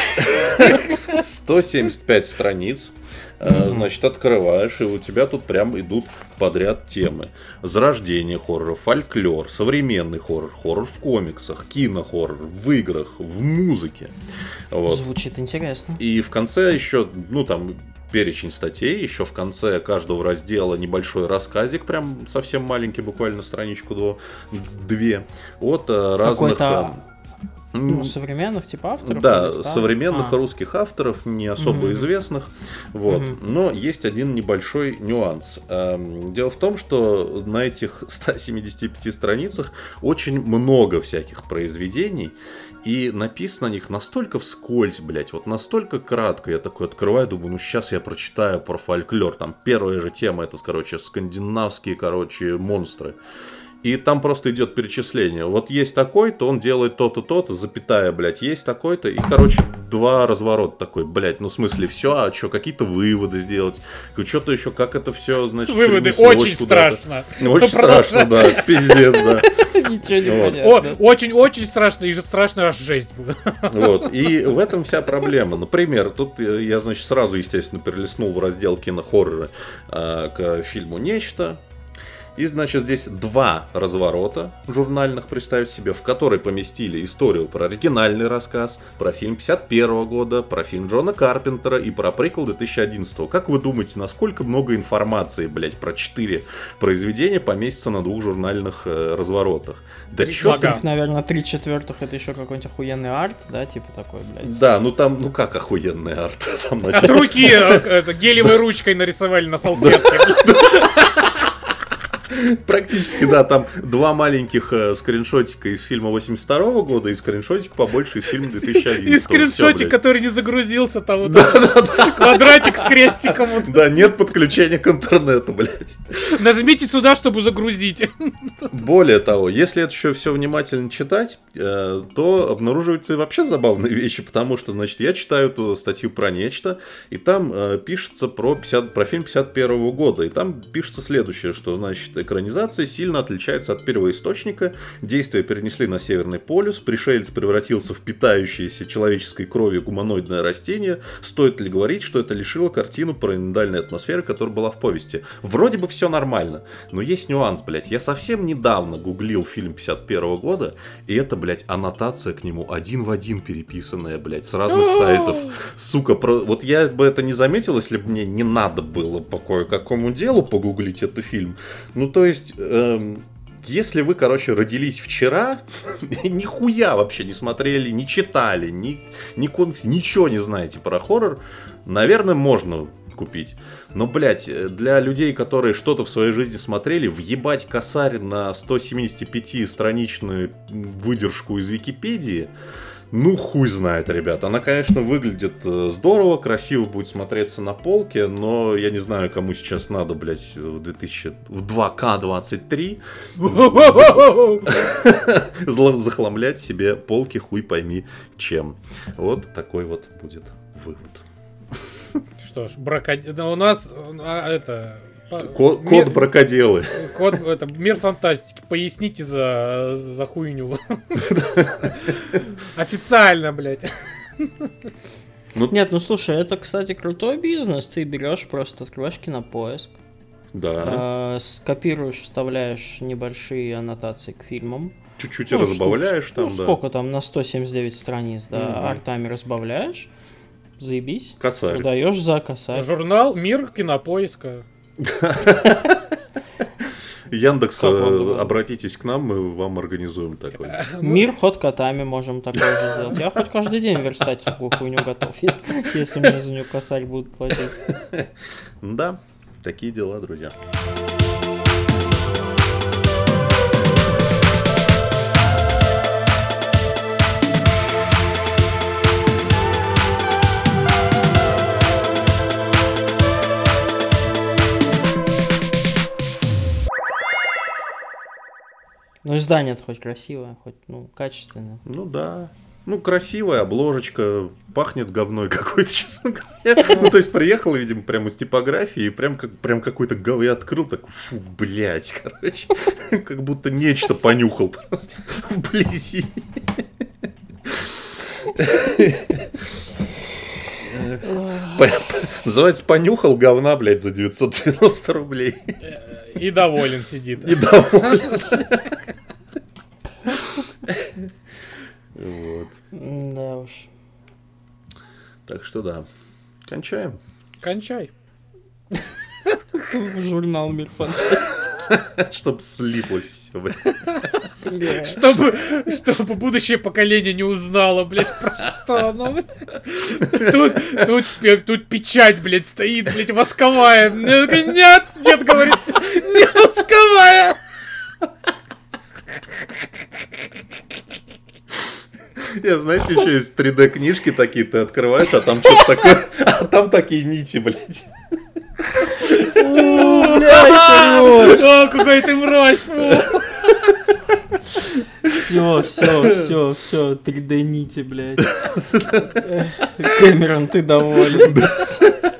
сто семьдесят пять страниц. Mm-hmm. Значит, открываешь, и у тебя тут прям идут подряд темы. Зарождение хоррора, фольклор, современный хоррор, хоррор в комиксах, кинохоррор, в играх, в музыке. Вот. Звучит интересно. И в конце еще, ну там, перечень статей, еще в конце каждого раздела небольшой рассказик, прям совсем маленький, буквально страничку-две, от разных... Какой-то... Ну, современных типа авторов? Да, современных а. русских авторов, не особо mm-hmm. известных. Вот. Mm-hmm. Но есть один небольшой нюанс. Дело в том, что на этих ста семидесяти пяти страницах очень много всяких произведений. И написано на них настолько вскользь, блядь, вот настолько кратко. Я такой открываю, думаю, ну сейчас я прочитаю про фольклор. Там первая же тема, это, короче, скандинавские, короче, монстры. И там просто идет перечисление. Вот есть такой-то, он делает то-то, то-то, запятая, блядь, есть такой-то. И, короче, два разворота такой, блядь, ну в смысле все, а что, какие-то выводы сделать. Что-то еще, как это все, значит, выводы очень страшно. Очень страшно, да, пиздец, да. Ничего не понятно. Очень-очень страшно, и же страшно аж жесть было. Вот, и в этом вся проблема. Например, тут я, значит, сразу, естественно, перелистнул в раздел кинохоррора к фильму «Нечто». И, значит, здесь два разворота журнальных, представьте себе, в которые поместили историю про оригинальный рассказ, про фильм пятьдесят первого года, про фильм Джона Карпентера и про приквел две тысячи одиннадцатого. Как вы думаете, насколько много информации, блять, про четыре произведения поместится на двух журнальных э, разворотах? Да чё ты... Наверное, три четвертых это еще какой-нибудь охуенный арт, да, типа такой, блядь. Да, ну там, ну как охуенный арт? Там, значит... От руки гелевой ручкой нарисовали на салфетке. Практически, да, там два маленьких э, скриншотика из фильма восемьдесят второго года и скриншотик побольше из фильма две тысячи одиннадцатого. И скриншотик, который не загрузился, там вот квадратик с крестиком. Да, нет подключения к интернету, блядь. Нажмите сюда, чтобы загрузить. Более того, если это еще все внимательно читать, э, то обнаруживаются и вообще забавные вещи, потому что, значит, я читаю эту статью про нечто, и там э, пишется про, пятьдесят, про фильм пятьдесят первого года, и там пишется следующее, что, значит, экранизация сильно отличается от первоисточника, действия перенесли на Северный полюс, пришелец превратился в питающееся человеческой кровью гуманоидное растение, стоит ли говорить, что это лишило картину параноидальной атмосферы, которая была в повести. Вроде бы все нормально, но есть нюанс, блядь, я совсем недавно гуглил фильм пятьдесят первого года, и это, блядь, аннотация к нему один в один переписанная, блядь, с разных сайтов. Сука, про... вот я бы это не заметил, если бы мне не надо было по кое-какому делу погуглить этот фильм. Ну, то есть, эм, если вы, короче, родились вчера, нихуя вообще не смотрели, не читали, ни, ни комиксы, ничего не знаете про хоррор, наверное, можно купить. Но, блядь, для людей, которые что-то в своей жизни смотрели, въебать косарь на сто семьдесят пять страничную выдержку из Википедии, ну, хуй знает, ребят. Она, конечно, выглядит здорово, красиво будет смотреться на полке, но я не знаю, кому сейчас надо, блядь, в две тысячи... в два ка двадцать три захламлять себе полки хуй пойми чем. Вот такой вот будет вывод. Что ж, бракоделы. У нас а, это... Код, мир... код бракоделы. Код, это, мир фантастики. Поясните за, за хуйню. Официально, блядь. Ну... Нет, ну слушай, это, кстати, крутой бизнес. Ты берешь, просто открываешь Кинопоиск. Да. Э, скопируешь, вставляешь небольшие аннотации к фильмам. Чуть-чуть ну, разбавляешь штук, там, ну, да. Сколько там, на сто семьдесят девять страниц, да, mm-hmm. артами разбавляешь. Заебись. Косарь. Продаешь за косарь. Журнал «Мир Кинопоиска». Яндекс, обратитесь к нам, мы вам организуем такой. Мир ход котами можем такой же сделать. Я хоть каждый день верстать такую хуйню готов, если мне за нее косарь будут платить. Да, такие дела, друзья. Ну, издание-то хоть красивое, хоть, ну, качественное. Ну, да. Ну, красивая обложечка, пахнет говной какой-то, честно говоря. Ну, то есть, приехал, видимо, прямо из типографии, и прям, как, прям какой-то говно я открыл, такой, фу, блядь, короче. Как будто нечто понюхал просто вблизи. Называется «Понюхал говна, блядь, за девятьсот девяносто рублей». И доволен сидит. И доволен. Вот. Да уж. Так что да. Кончаем. Кончай. Журнал «Мир фантастики». Чтоб слиплось все, блядь. Чтобы, чтобы будущее поколение не узнало, блядь, про что оно, блядь. Тут, тут, тут печать, блядь, стоит, блядь, восковая. Нет, дед говорит, не восковая. Я, знаете, еще есть три дэ книжки такие, ты открываешь, а там что-то такое, а там такие нити, блядь. О, блядь, о, какой ты мразь. Все, все, все, все, три дэ нити, блядь. Кэмерон, ты доволен, блядь.